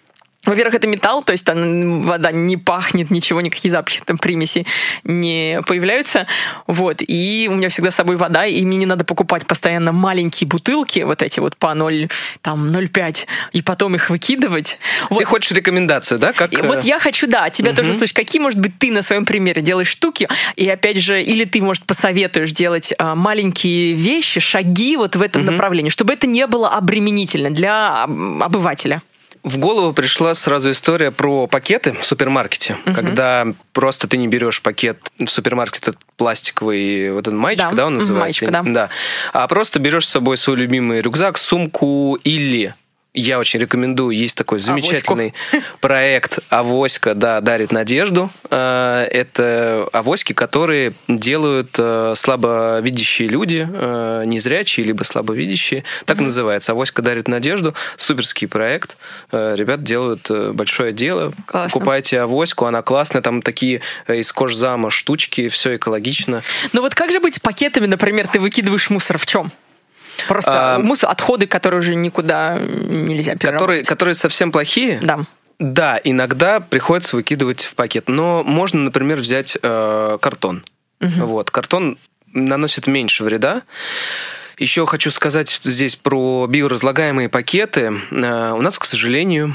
Во-первых, это металл, то есть там вода не пахнет, ничего, никакие запахи, там примеси не появляются. Вот. И у меня всегда с собой вода, и мне не надо покупать постоянно маленькие бутылки, вот эти вот по ноль, там, ноль целых пять, и потом их выкидывать. Ты вот. хочешь рекомендацию, да? Как... И вот я хочу, да, от тебя угу. тоже услышать, какие, может быть, ты на своем примере делаешь штуки, и опять же, или ты, может, посоветуешь делать а, маленькие вещи, шаги вот в этом угу. направлении, чтобы это не было обременительно для обывателя. В голову пришла сразу история про пакеты в супермаркете, uh-huh. когда просто ты не берешь пакет в супермаркете, этот пластиковый, вот этот маечка, да, да он называется? Маечка, да. Да. А просто берешь с собой свой любимый рюкзак, сумку или... Я очень рекомендую, есть такой замечательный Авоську. проект «Авоська», да, дарит надежду. Это авоськи, которые делают слабовидящие люди, незрячие, либо слабовидящие. Так mm-hmm. называется. «Авоська дарит надежду». Суперский проект. Ребят делают большое дело. Классно. Покупайте авоську, она классная. Там такие из кожзама штучки, все экологично. Ну вот как же быть с пакетами, например, ты выкидываешь мусор в чем? Просто а, мусор, отходы, которые уже никуда нельзя переработать. Которые, которые совсем плохие? Да. Да, иногда приходится выкидывать в пакет. Но можно, например, взять э, картон. Угу. Вот, картон наносит меньше вреда. Еще хочу сказать здесь про биоразлагаемые пакеты. Э, у нас, к сожалению,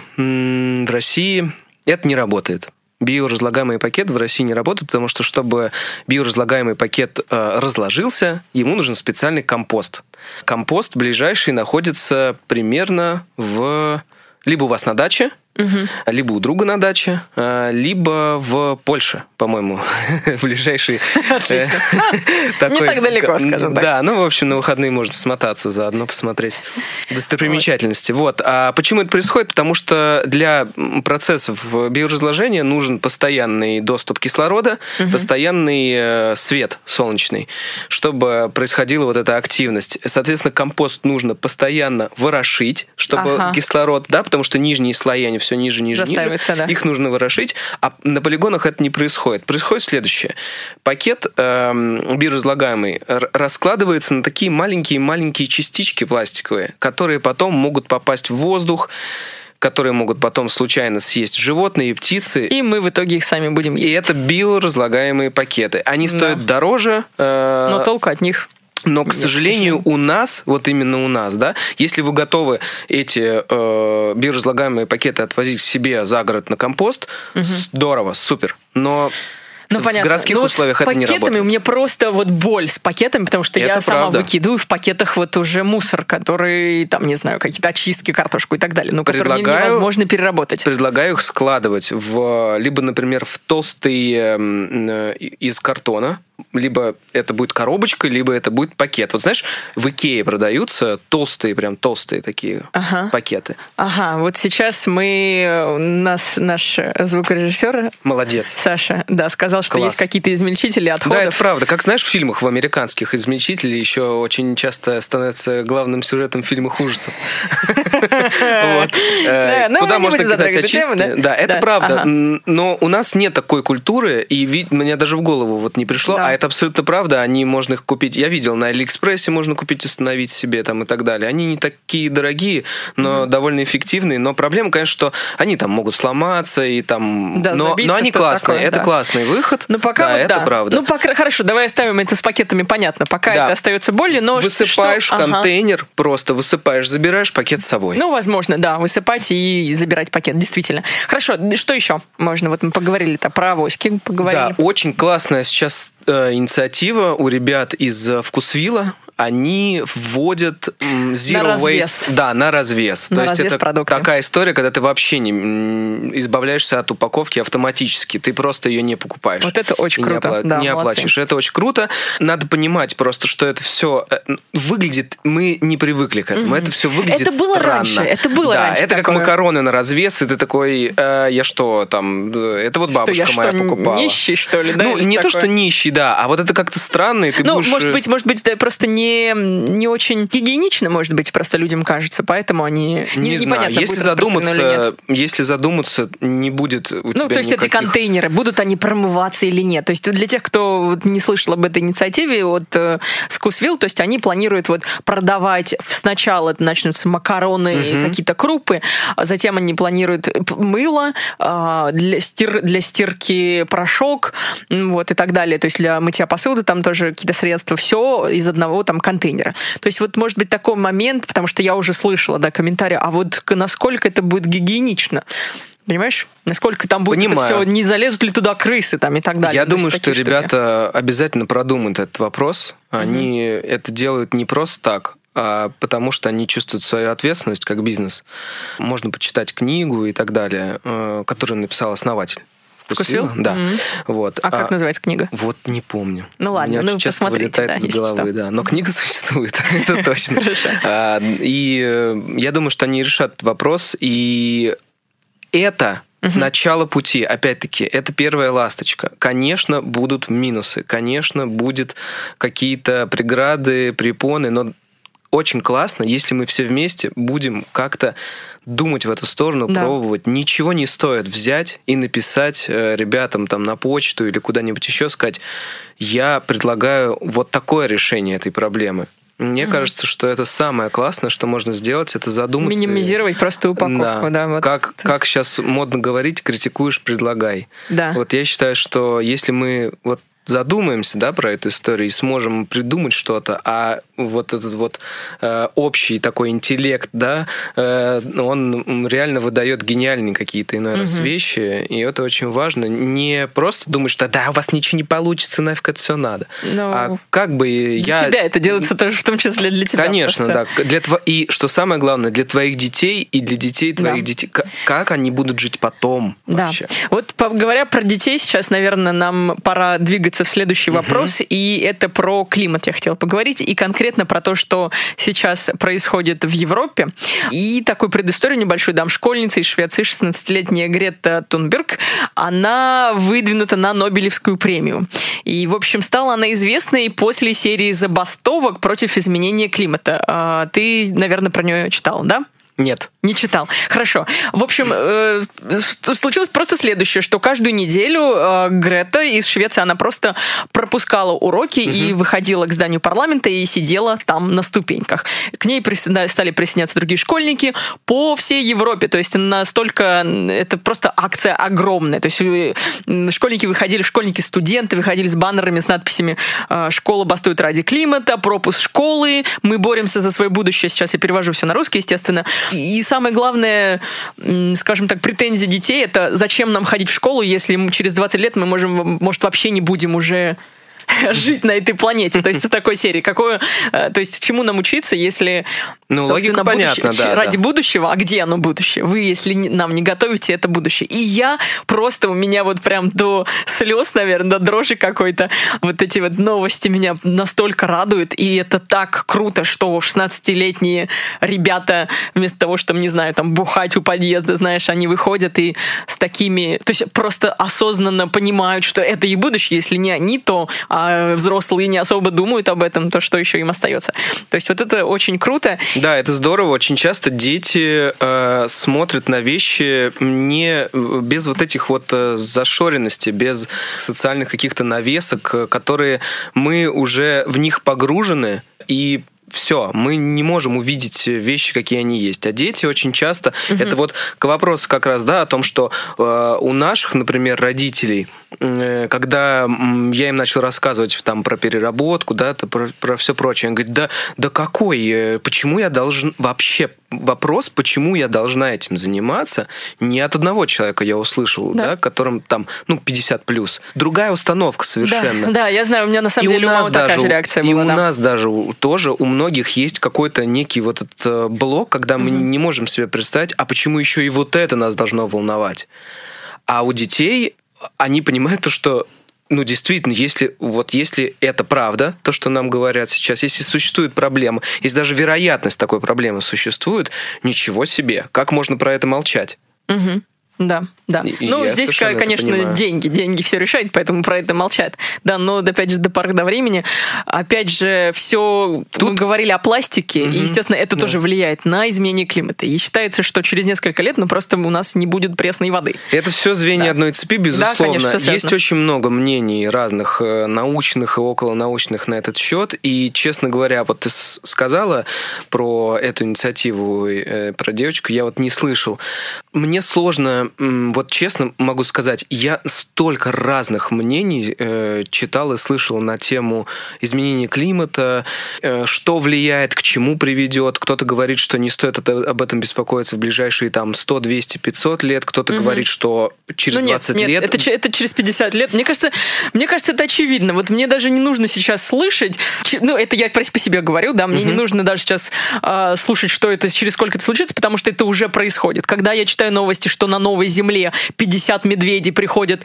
в России это не работает. Биоразлагаемый пакет в России не работает, потому что, чтобы биоразлагаемый пакет э, разложился, ему нужен специальный компост. Компост ближайший находится примерно в... либо у вас на даче, угу. либо у друга на даче, либо в Польше, по-моему, ближайший. Отлично. Не так далеко, скажем так. Да, ну, в общем, на выходные можно смотаться заодно, посмотреть достопримечательности. Вот. А почему это происходит? Потому что для процессов биоразложения нужен постоянный доступ кислорода, постоянный свет солнечный, чтобы происходила вот эта активность. Соответственно, компост нужно постоянно ворошить, чтобы кислород, да, потому что нижние слои, они все ниже, ниже, ниже. Да. Их нужно ворошить, а на полигонах это не происходит. Происходит следующее. Пакет э, биоразлагаемый раскладывается на такие маленькие-маленькие частички пластиковые, которые потом могут попасть в воздух, которые могут потом случайно съесть животные и птицы. И мы в итоге их сами будем есть. И это биоразлагаемые пакеты. Они да. стоят дороже. Э, Но толку от них... Но, к Нет, сожалению, у нас, вот именно у нас, да, если вы готовы эти э, биоразлагаемые пакеты отвозить себе за город на компост, угу. здорово, супер. Но... Ну, в понятно. городских Но условиях вот это не работает. С пакетами у меня просто вот боль с пакетами, потому что это я сама правда. выкидываю в пакетах вот уже мусор, который, там, не знаю, какие-то очистки, картошку и так далее, но который невозможно переработать. Предлагаю их складывать в, либо, например, в толстые э, из картона, либо это будет коробочка, либо это будет пакет. Вот знаешь, в Икее продаются толстые, прям толстые такие ага. пакеты. Ага, вот сейчас мы, у нас наш звукорежиссер Молодец. Саша, да, сказал, что Класс. Есть какие-то измельчители отходов. Да, это правда. Как знаешь, в фильмах в американских измельчители еще очень часто становятся главным сюжетом в фильмах ужасов. Куда можно кидать очистки. Да, это правда. Но у нас нет такой культуры, и мне даже в голову вот не пришло. А это абсолютно правда, они можно их купить. Я видел, на Алиэкспрессе можно купить, установить себе там и так далее. Они не такие дорогие, но mm-hmm. довольно эффективные. Но проблема, конечно, что они там могут сломаться и там. Да, но, забиться, но они классные. Такое, это да. классный выход. Ну пока да, вот, это да. правда. Ну пока хорошо, давай оставим это с пакетами, понятно. Пока да. это остается болью, но высыпаешь что... в контейнер, ага. просто высыпаешь, забираешь пакет с собой. Ну возможно, да, высыпать и забирать пакет, действительно. Хорошо, что еще можно? Вот мы поговорили-то про авоськи, поговорили. Да, очень классная сейчас э, инициатива у ребят из Вкусвилла. Они вводят zero на waste, да, на развес. На То развес есть это продукты. Такая история, когда ты вообще не избавляешься от упаковки автоматически, ты просто ее не покупаешь. Вот это очень круто, не, опла- да, не оплачиваешь. Это очень круто. Надо понимать просто, что это все выглядит, мы не привыкли к этому. Mm-hmm. Это все выглядит это было странно. Раньше, это было да, раньше. Это такое. как макароны на развес, и ты такой, э, я что там, это вот бабушка что, моя что, покупала. Нищий, что ли? Да, ну не такое? то, что нищий, да, а вот это как-то странно, и ты ну, будешь... может быть, может быть, да, просто не не, не очень гигиенично, может быть, просто людям кажется, поэтому они не, не непонятно, знаю. Если будет распространено или задуматься, нет. если задуматься, не будет у тебя Ну, то есть никаких... эти контейнеры, будут они промываться или нет? То есть для тех, кто вот не слышал об этой инициативе от э, Вкусвилл, то есть они планируют вот продавать сначала это начнутся макароны и Мгм. какие-то крупы, а затем они планируют п- мыло, а, для, стир, для стирки порошок, м, вот, и так далее. То есть для мытья посуды там тоже какие-то средства. Все из одного там контейнера. То есть вот может быть такой момент, потому что я уже слышала, да, комментарии, а вот к- насколько это будет гигиенично? Понимаешь? Насколько там будет Понимаю. это все, не залезут ли туда крысы там и так далее. Я То есть думаю, что такие штуки. ребята обязательно продумают этот вопрос. Они это делают не просто так, а потому что они чувствуют свою ответственность как бизнес. Можно почитать книгу и так далее, э, которую написал основатель Вкусвилл? Вкусвилла. Да. Мгм. Вот. А как называется книга? Вот не помню. Ну ладно, У меня ну очень часто посмотрите, вылетает да, из если головы, что. да. Но книга существует, это точно. А, И э, я думаю, что они решат этот вопрос, и это начало пути. Опять-таки, это первая ласточка. Конечно, будут минусы, конечно, будут какие-то преграды, препоны, но очень классно, если мы все вместе будем как-то думать в эту сторону, Да. пробовать. Ничего не стоит взять и написать э, ребятам там на почту или куда-нибудь еще, сказать, я предлагаю вот такое решение этой проблемы. Мне кажется, что это самое классное, что можно сделать, это задуматься. Минимизировать просто упаковку, да. вот. Как, как сейчас модно говорить, критикуешь, предлагай. Да. Вот я считаю, что если мы вот задумаемся, да, про эту историю и сможем придумать что-то, а вот этот вот э, общий такой интеллект, да, э, он реально выдает гениальные какие-то иной раз вещи, и это очень важно. Не просто думать, что да, у вас ничего не получится, нафиг это все надо. Но А как бы Для я... тебя это делается тоже в том числе для тебя. Конечно, просто. да. Для тво... И что самое главное, для твоих детей и для детей твоих Да. детей. К- Как они будут жить потом Да. вообще? Вот по- говоря про детей, сейчас, наверное, нам пора двигаться в следующий вопрос, и это про климат я хотела поговорить, и конкретно про то, что сейчас происходит в Европе. И такую предысторию небольшую дам. Школьница из Швеции, шестнадцатилетняя Грета Тунберг, она выдвинута на Нобелевскую премию. И, в общем, стала она известной после серии забастовок против изменения климата. А, Ты, наверное, про нее читал, да? Нет. Не читал. Хорошо. В общем, э, случилось просто следующее, что каждую неделю э, Грета из Швеции, она просто пропускала уроки и выходила к зданию парламента и сидела там на ступеньках. К ней присо- стали присоединяться другие школьники по всей Европе. То есть настолько... Это просто акция огромная. То есть э, школьники выходили, школьники-студенты выходили с баннерами, с надписями э, «Школа бастует ради климата», «Пропуск школы», «Мы боремся за свое будущее». Сейчас я перевожу все на русский, естественно. И самое главное, м, скажем так, претензия детей — это зачем нам ходить в школу, если мы через двадцать лет мы можем, может, вообще не будем уже жить на этой планете. То есть из такой серии. Какое, э, то есть чему нам учиться, если, Ну, собственно, логика понятна, будущее- да, ради да. будущего, а где оно будущее? Вы, если не- нам не готовите это будущее. И я просто, у меня вот прям до слез, наверное, до дрожи какой-то, вот эти вот новости меня настолько радуют, и это так круто, что шестнадцатилетние ребята вместо того, чтобы, не знаю, там, бухать у подъезда, знаешь, они выходят и с такими, то есть просто осознанно понимают, что это их будущее. Если не они, то а взрослые не особо думают об этом, то что еще им остается. То есть вот это очень круто. Да, это здорово. Очень часто дети э, смотрят на вещи не без вот этих вот э, зашоренностей, без социальных каких-то навесок, э, которые мы уже в них погружены, и все, мы не можем увидеть вещи, какие они есть. А дети очень часто, uh-huh. это вот к вопросу как раз, да, о том, что э, у наших, например, родителей, э, когда м, я им начал рассказывать там про переработку, да, то про, про все прочее, они говорят, да, да какой, э, почему я должен, вообще вопрос, почему я должна этим заниматься, не от одного человека я услышал, да, да которым там, ну, пятьдесят плюс. Другая установка совершенно. Да, да, я знаю, у меня на самом и деле у у нас мамы такая даже, же реакция и была. у да. нас даже тоже, у многих есть какой-то некий вот этот блок, когда мы угу. не можем себе представить, а почему еще и вот это нас должно волновать. А у детей, они понимают то, что ну, действительно, если, вот, если это правда, то, что нам говорят сейчас, если существует проблема, если даже вероятность такой проблемы существует, ничего себе, как можно про это молчать? Угу. Да, да. И ну, здесь, конечно, деньги. Деньги все решают, поэтому про это молчат. Да, но, опять же, до поры до времени. Опять же, все... Тут... Мы говорили о пластике, mm-hmm. и, естественно, это да. тоже влияет на изменение климата. И считается, что через несколько лет, ну, просто у нас не будет пресной воды. Это все звенья да. одной цепи, безусловно. Да, конечно, есть очень много мнений разных, научных и околонаучных на этот счет. И, честно говоря, вот ты сказала про эту инициативу, про девочку, я вот не слышал. Мне сложно... Вот честно могу сказать, я столько разных мнений э, читал и слышал на тему изменения климата, э, что влияет, к чему приведет. Кто-то говорит, что не стоит это, об этом беспокоиться в ближайшие там сто, двести, пятьсот лет. Кто-то угу. говорит, что через ну, двадцать нет, лет... Нет, это, это через пятьдесят лет. Мне кажется, мне кажется, это очевидно. Вот мне даже не нужно сейчас слышать... Ну, это я по себе говорю, да, мне угу. не нужно даже сейчас э, слушать, что это, через сколько это случится, потому что это уже происходит. Когда я читаю новости, что на Новой Земле пятьдесят медведей приходят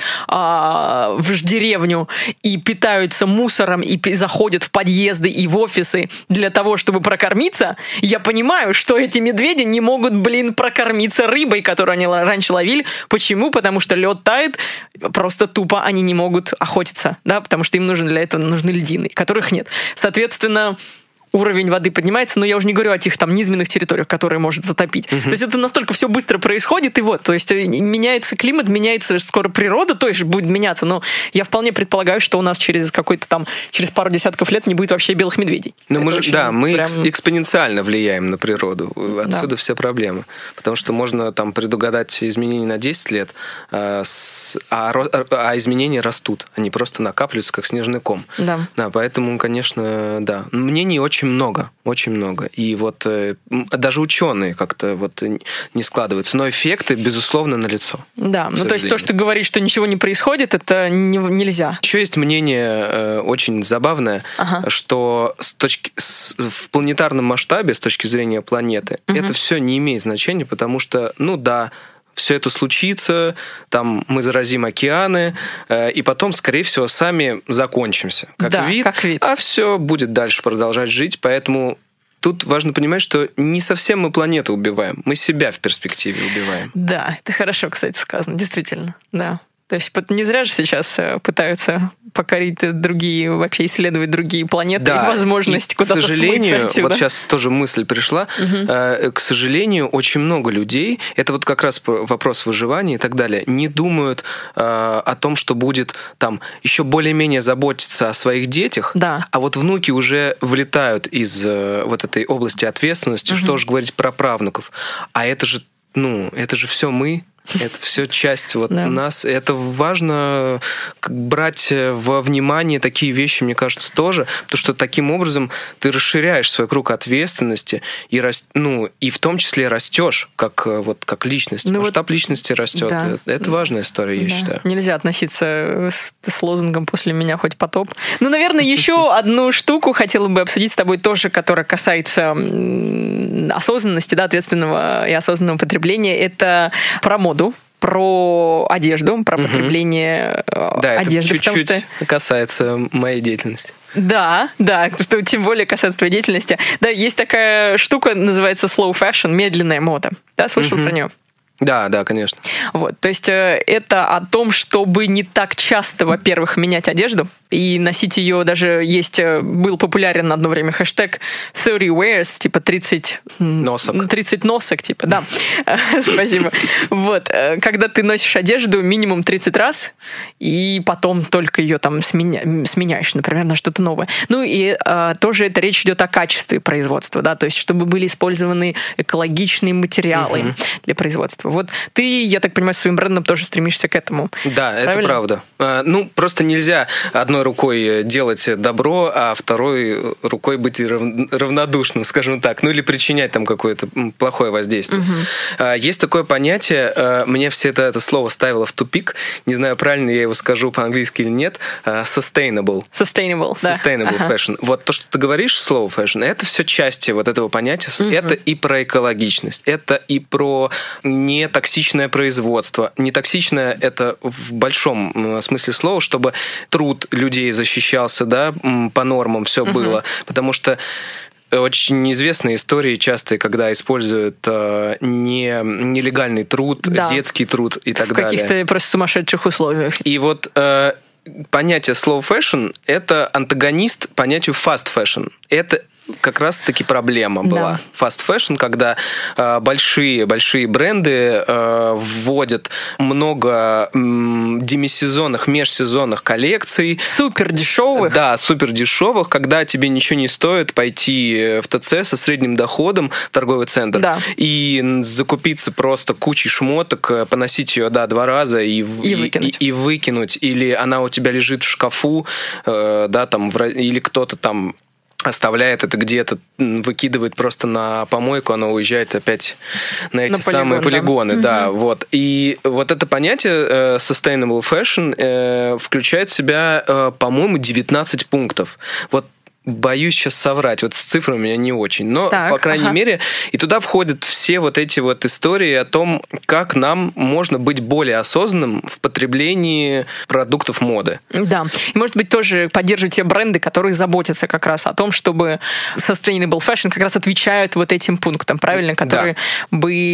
а, в деревню и питаются мусором, и заходят в подъезды и в офисы для того, чтобы прокормиться, я понимаю, что эти медведи не могут, блин, прокормиться рыбой, которую они раньше ловили. Почему? Потому что лед тает, просто тупо они не могут охотиться, да, потому что им нужны для этого нужны льдины, которых нет. Соответственно, уровень воды поднимается, но я уже не говорю о тех там низменных территориях, которые может затопить. Uh-huh. То есть это настолько все быстро происходит, и вот, то есть меняется климат, меняется скоро природа, то есть будет меняться, но я вполне предполагаю, что у нас через какой-то там, через пару десятков лет не будет вообще белых медведей. Но мы же, да, мы прям... экспоненциально влияем на природу, отсюда да. вся проблема, потому что можно там предугадать изменения на десять лет, а, с, а, а изменения растут, они просто накапливаются, как снежный ком. Да. Да, поэтому, конечно, да, мнений очень Очень много, очень много. И вот э, даже ученые как-то вот не складываются. Но эффекты, безусловно, налицо. Да, ну то есть то, что ты говоришь, что ничего не происходит, это не, нельзя. Еще есть мнение э, очень забавное, ага. что с точки, с, в планетарном масштабе, с точки зрения планеты, угу. это все не имеет значения, потому что, ну да, все это случится, там мы заразим океаны, э, и потом, скорее всего, сами закончимся как, да, вид, как вид, а все будет дальше продолжать жить, поэтому тут важно понимать, что не совсем мы планету убиваем, мы себя в перспективе убиваем. Да, это хорошо, кстати, сказано, действительно, да. То есть не зря же сейчас пытаются покорить другие, вообще исследовать другие планеты да. и возможность и, куда-то смыться отсюда. К сожалению, вот сейчас тоже мысль пришла, угу. э, к сожалению, очень много людей, это вот как раз вопрос выживания и так далее, не думают э, о том, что будет там еще более-менее заботиться о своих детях, да. а вот внуки уже вылетают из э, вот этой области ответственности, угу. что же говорить про правнуков. А это же, ну, это же все мы. Это все часть вот да. нас. Это важно брать во внимание такие вещи, мне кажется, тоже, потому что таким образом ты расширяешь свой круг ответственности и, раст... ну, и в том числе растешь как, вот, как личность. Ну, масштаб вот... личности растет. Да. Это важная история, я да. считаю. Нельзя относиться с, с лозунгом «после меня хоть потоп». Ну, наверное, еще одну штуку хотела бы обсудить с тобой тоже, которая касается осознанности, да, ответственного и осознанного потребления. Это про моду. Про одежду, про потребление mm-hmm. да, одежды. Это чуть-чуть что... касается моей деятельности. Да, да, что тем более касается твоей деятельности. Да, есть такая штука, называется slow fashion, медленная мода. Да, слышал mm-hmm. про нее? Да, да, конечно. Вот, то есть это о том, чтобы не так часто, во-первых, менять одежду и носить ее, даже есть, был популярен на одно время хэштег thirty wears, типа тридцать носок. тридцать носок, типа, да. Спасибо. Вот, когда ты носишь одежду минимум тридцать раз, и потом только ее там сменя... сменяешь, например, на что-то новое. Ну и а, тоже это речь идет о качестве производства, да, то есть чтобы были использованы экологичные материалы uh-huh. для производства. Вот ты, я так понимаю, своим брендом тоже стремишься к этому. Да, правильно? Это правда. А, ну, просто нельзя одной рукой делать добро, а второй рукой быть рав... равнодушным, скажем так, ну или причинять там какое-то плохое воздействие. Угу. А, есть такое понятие, а, мне все это, это слово ставило в тупик, не знаю, правильно я его скажу по-английски или нет, а, sustainable. Sustainable, да. Sustainable ага. fashion. Вот то, что ты говоришь, slow fashion, это все части вот этого понятия. Угу. Это и про экологичность, это и про не токсичное производство. Не токсичное — это в большом смысле слова, чтобы труд людей защищался, да, по нормам все uh-huh. было. Потому что очень известные истории частые, когда используют э, не, нелегальный труд, да. детский труд и так в далее. В каких-то просто сумасшедших условиях. И вот э, понятие slow fashion — это антагонист понятию fast fashion. Это как раз-таки проблема была. Да. Fast fashion, когда э, большие, большие бренды э, вводят много м, демисезонных, межсезонных коллекций. Супер дешевых. Да, супер дешевых, когда тебе ничего не стоит пойти в ТЦ со средним доходом в торговый центр да. и закупиться просто кучей шмоток, поносить ее, да, два раза и, и, выкинуть. и, и выкинуть. Или она у тебя лежит в шкафу, э, да, там, в, или кто-то там оставляет это где-то, выкидывает просто на помойку, она уезжает опять на эти на самые полигон, полигоны. Да, да, угу. Вот. И вот это понятие э, sustainable fashion э, включает в себя, э, по-моему, девятнадцать пунктов. Вот боюсь сейчас соврать, вот с цифрами у меня не очень, но, так, по крайней ага. мере, и туда входят все вот эти вот истории о том, как нам можно быть более осознанным в потреблении продуктов моды. Да, и, может быть, тоже поддерживать те бренды, которые заботятся как раз о том, чтобы sustainable fashion как раз отвечают вот этим пунктам, правильно, которые да.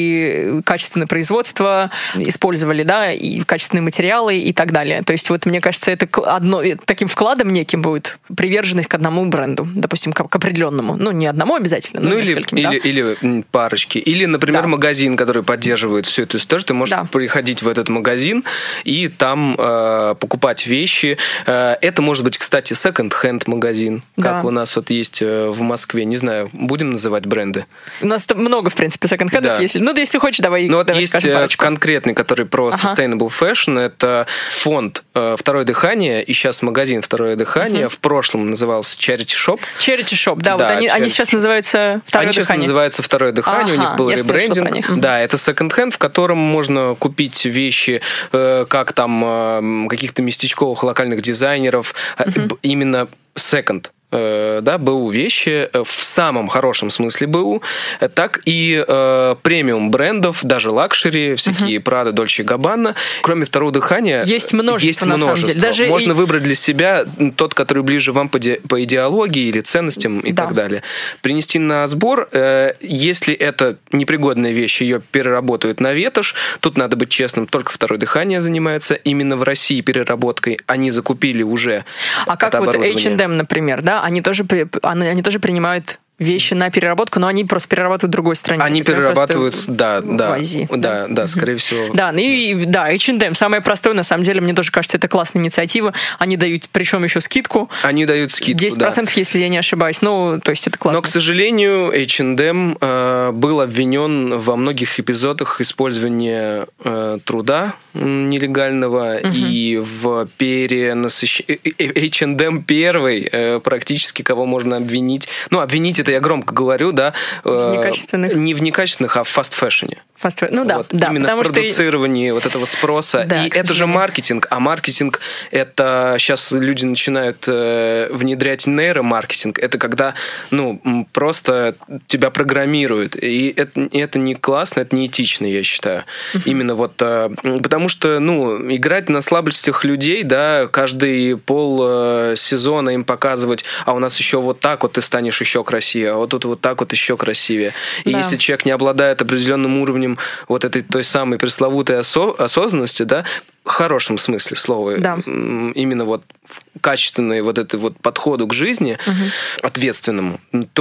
бы качественное производство использовали, да, и качественные материалы и так далее. То есть вот, мне кажется, это одно, таким вкладом неким будет приверженность к одному бренду. бренду, допустим, к, к определенному. Ну, не одному обязательно, но ну, нескольким. Или, да? или, или парочки. Или, например, да. магазин, который поддерживает всю эту историю. Ты можешь да. приходить в этот магазин и там э, покупать вещи. Э, это может быть, кстати, секонд-хенд магазин, да. как у нас вот есть в Москве. Не знаю, будем называть бренды? У нас много, в принципе, секонд-хендов. Да. Если... Ну, да, если хочешь, давай Ну, вот давай есть конкретный, который про ага. sustainable fashion. Это фонд э, «Второе дыхание», и сейчас магазин «Второе дыхание». Uh-huh. В прошлом назывался Charity Shop. Charity Shop, да, да вот они, они сейчас Shop. называются «Второе они дыхание». Они сейчас называются «Второе дыхание», ага, у них был ребрендинг. Них. Да, это секонд-хенд, в котором можно купить вещи, э, как там э, каких-то местечковых локальных дизайнеров, uh-huh. именно секонд. Да, БУ вещи в самом хорошем смысле БУ, так и э, премиум брендов, даже лакшери, всякие Prada, Dolce и Gabbana. Кроме «Второго дыхания» есть множество, есть на множество. Самом деле. Даже можно и... выбрать для себя тот, который ближе вам по, ди... по идеологии или ценностям и да. так далее. Принести на сбор. Э, если это непригодная вещь, ее переработают на ветошь. Тут надо быть честным, только «Второе дыхание» занимается именно в России переработкой. Они закупили уже. А как вот эйч энд эм, например, да? Они тоже, они, они тоже принимают вещи на переработку, но они просто перерабатывают в другой стране. Они перерабатывают, да, да, в Азии. Да, да, да, скорее всего. Да, ну и да, эйч энд эм самое простое, на самом деле, мне тоже кажется, это классная инициатива. Они дают, причем еще скидку. Они дают скидку, десять процентов, да. если я не ошибаюсь. Ну, то есть это классно. Но, к сожалению, эйч энд эм э, был обвинен во многих эпизодах использования э, труда нелегального угу. и в перенасыщении. эйч энд эм первый э, практически, кого можно обвинить. Ну, обвинить это я громко говорю, да. В некачественных. Не в некачественных, а в фаст-фэшне. Fast, ну да, вот, да. Именно в продуцировании что... вот этого спроса. Да, и это же маркетинг. А маркетинг, это сейчас люди начинают э, внедрять нейромаркетинг. Это когда, ну, просто тебя программируют. И это, и это не классно, это не этично, я считаю. Uh-huh. Именно вот, э, потому что, ну, играть на слабостях людей, да, каждый пол э, сезона им показывать, а у нас еще вот так вот ты станешь еще красивее, а вот тут вот так вот еще красивее. И да. если человек не обладает определенным уровнем вот этой той самой пресловутой осо- осознанности, да, в хорошем смысле слова, да. именно вот качественный вот этот вот подходу к жизни, угу. ответственному,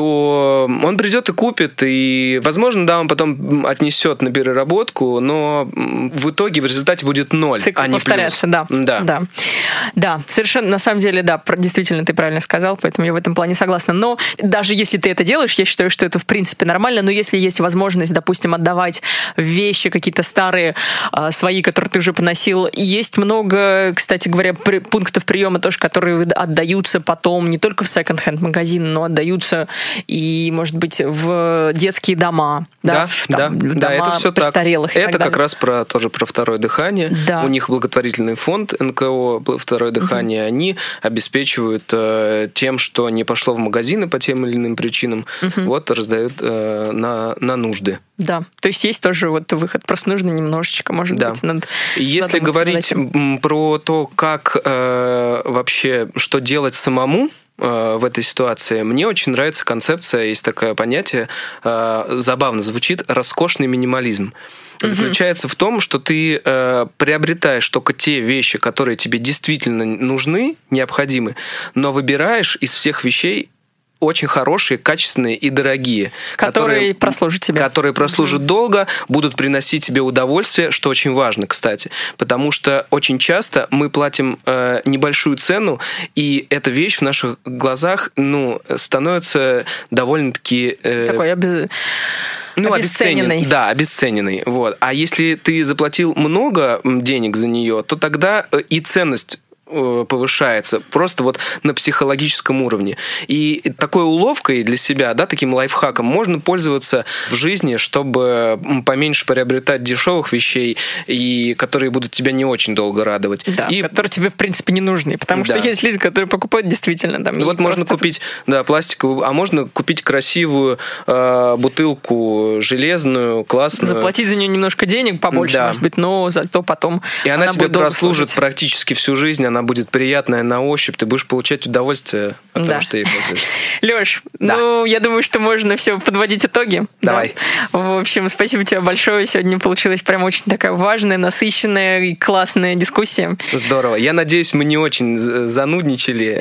то он придет и купит, и, возможно, да, он потом отнесет на переработку, но в итоге в результате будет ноль, цикл а не повторяться, да. Да. да. Да, совершенно, на самом деле, да, действительно, ты правильно сказал, поэтому я в этом плане согласна. Но даже если ты это делаешь, я считаю, что это в принципе нормально, но если есть возможность, допустим, отдавать вещи какие-то старые, свои, которые ты уже поносил, есть много, кстати говоря, пунктов приема тоже, которые отдаются потом не только в секонд-хенд магазин, но отдаются и, может быть, в детские дома, да, да, в, да, там, в да, дома это все престарелых. Так. Это как раз про тоже про «Второе дыхание». Да. У них благотворительный фонд эн ка о «Второе дыхание». Угу. Они обеспечивают э, тем, что не пошло в магазины по тем или иным причинам, угу. вот раздают э, на, на нужды. Да, то есть есть тоже вот выход, просто нужно немножечко, может да. быть, надо Если говорить про то, как э, вообще, что делать самому, э, в этой ситуации, мне очень нравится концепция, есть такое понятие, э, забавно звучит, роскошный минимализм. Заключается в том, что ты э, приобретаешь только те вещи, которые тебе действительно нужны, необходимы, но выбираешь из всех вещей очень хорошие, качественные и дорогие. Которые, которые прослужат тебе. Которые прослужат mm-hmm. долго, будут приносить тебе удовольствие, что очень важно, кстати. Потому что очень часто мы платим э, небольшую цену, и эта вещь в наших глазах ну, становится довольно-таки... Э, Такой обез... Ну, обесцененный. Обесценен, да, обесцененный. Вот. А если ты заплатил много денег за нее, то тогда и ценность повышается просто вот на психологическом уровне. И такой уловкой для себя, да, таким лайфхаком можно пользоваться в жизни, чтобы поменьше приобретать дешевых вещей, и которые будут тебя не очень долго радовать. Да, и... которые тебе, в принципе, не нужны, потому да. что есть люди, которые покупают действительно там. Вот можно просто... купить, да, пластиковую, а можно купить красивую э, бутылку железную, классную. Заплатить за нее немножко денег, побольше, да. может быть, но зато потом и она, она тебе прослужит служить. Практически всю жизнь, она будет приятная на ощупь, ты будешь получать удовольствие от да. того, что ей пользуешься. Лёш, да. ну, я думаю, что можно все подводить итоги. Давай. Да. В общем, спасибо тебе большое. Сегодня получилась прям очень такая важная, насыщенная и классная дискуссия. Здорово. Я надеюсь, мы не очень занудничали.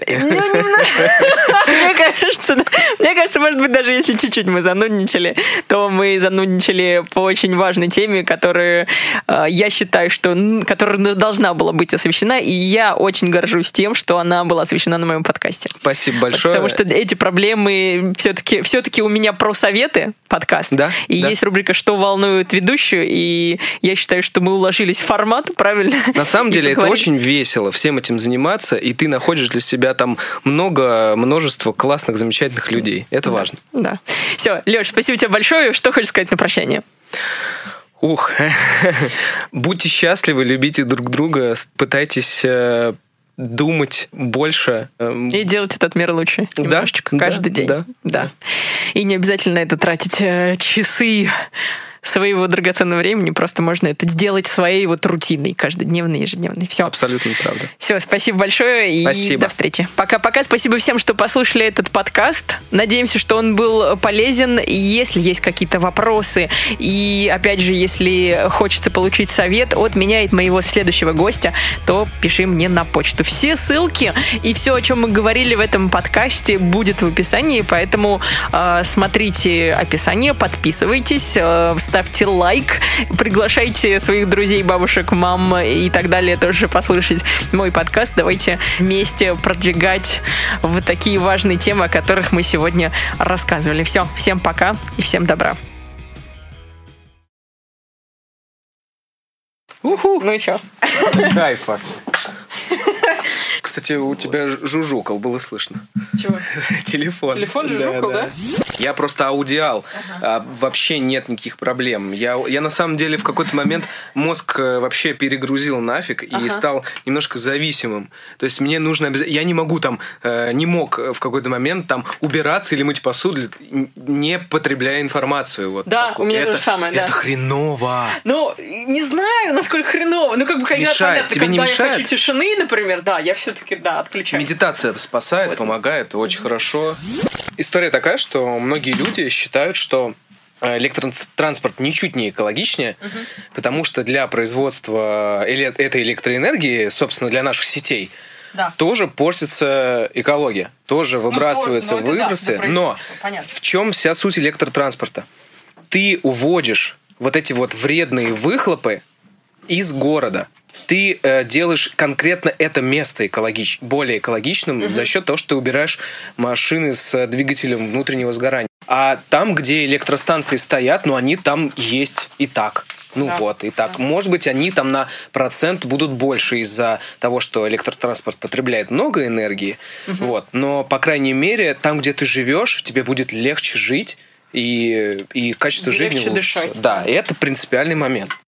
Мне кажется, мне кажется, может быть, даже если чуть-чуть мы занудничали, то мы занудничали по очень важной теме, которая, я считаю, что которая должна была быть освещена, и я очень горжусь тем, что она была освещена на моем подкасте. Спасибо большое. Потому что эти проблемы все-таки, все-таки у меня про советы подкаст. Да, и да. есть рубрика «Что волнует ведущую», и я считаю, что мы уложились в формат, правильно? На самом деле это очень весело всем этим заниматься, и ты находишь для себя там много, множество классных, замечательных людей. Это да, важно. Да. Все, Леш, спасибо тебе большое. Что хочешь сказать на прощание? Ух, будьте счастливы, любите друг друга, пытайтесь думать больше. И делать этот мир лучше. Немножечко, да, каждый да, день. Да, да. да. И не обязательно это тратить э, часы своего драгоценного времени, просто можно это сделать своей вот рутиной, каждодневной, ежедневной. Все. Абсолютно правда. Все, спасибо большое и спасибо. До встречи. Пока-пока. Спасибо всем, что послушали этот подкаст. Надеемся, что он был полезен. Если есть какие-то вопросы и, опять же, если хочется получить совет от меня и от моего следующего гостя, то пиши мне на почту. Все ссылки и все, о чем мы говорили в этом подкасте, будет в описании, поэтому э, смотрите описание, подписывайтесь, э, ставьте лайк, приглашайте своих друзей, бабушек, мам и так далее тоже послушать мой подкаст. Давайте вместе продвигать в такие важные темы, о которых мы сегодня рассказывали. Все, всем пока и всем добра. Уху. Ну и чё? Кайфа. Кстати, у тебя жужжукал, было слышно. Чего? Телефон. Телефон жужжукал, да? да? Я просто аудиал. Ага. А, вообще нет никаких проблем. Я, я на самом деле в какой-то момент мозг вообще перегрузил нафиг ага. и стал немножко зависимым. То есть мне нужно обязательно... Я не могу там, э, не мог в какой-то момент там убираться или мыть посуду, не потребляя информацию. Вот да, такую. у меня это, то же самое, да. Это хреново. Ну, не знаю, насколько хреново. Ну, как бы, когда, мешает. понятно, Тебе когда не я мешает? хочу тишины, например, да, я все-таки, да, отключаю. Медитация спасает, вот. Помогает, очень mm-hmm. хорошо. История такая, что многие люди считают, что электротранспорт ничуть не экологичнее, uh-huh. потому что для производства этой электроэнергии, собственно, для наших сетей, да. тоже портится экология, тоже выбрасываются ну, выбросы. Да, но понятно. В чем вся суть электротранспорта? Ты уводишь вот эти вот вредные выхлопы из города. Ты э, делаешь конкретно это место экологич... более экологичным uh-huh. за счет того, что ты убираешь машины с двигателем внутреннего сгорания. А там, где электростанции стоят, ну, они там есть и так. Ну да. вот, и так. Да. Может быть, они там на процент будут больше из-за того, что электротранспорт потребляет много энергии. Uh-huh. Вот. Но, по крайней мере, там, где ты живешь, тебе будет легче жить, и, и качество и жизни легче улучшится. дышать. Да, и это принципиальный момент.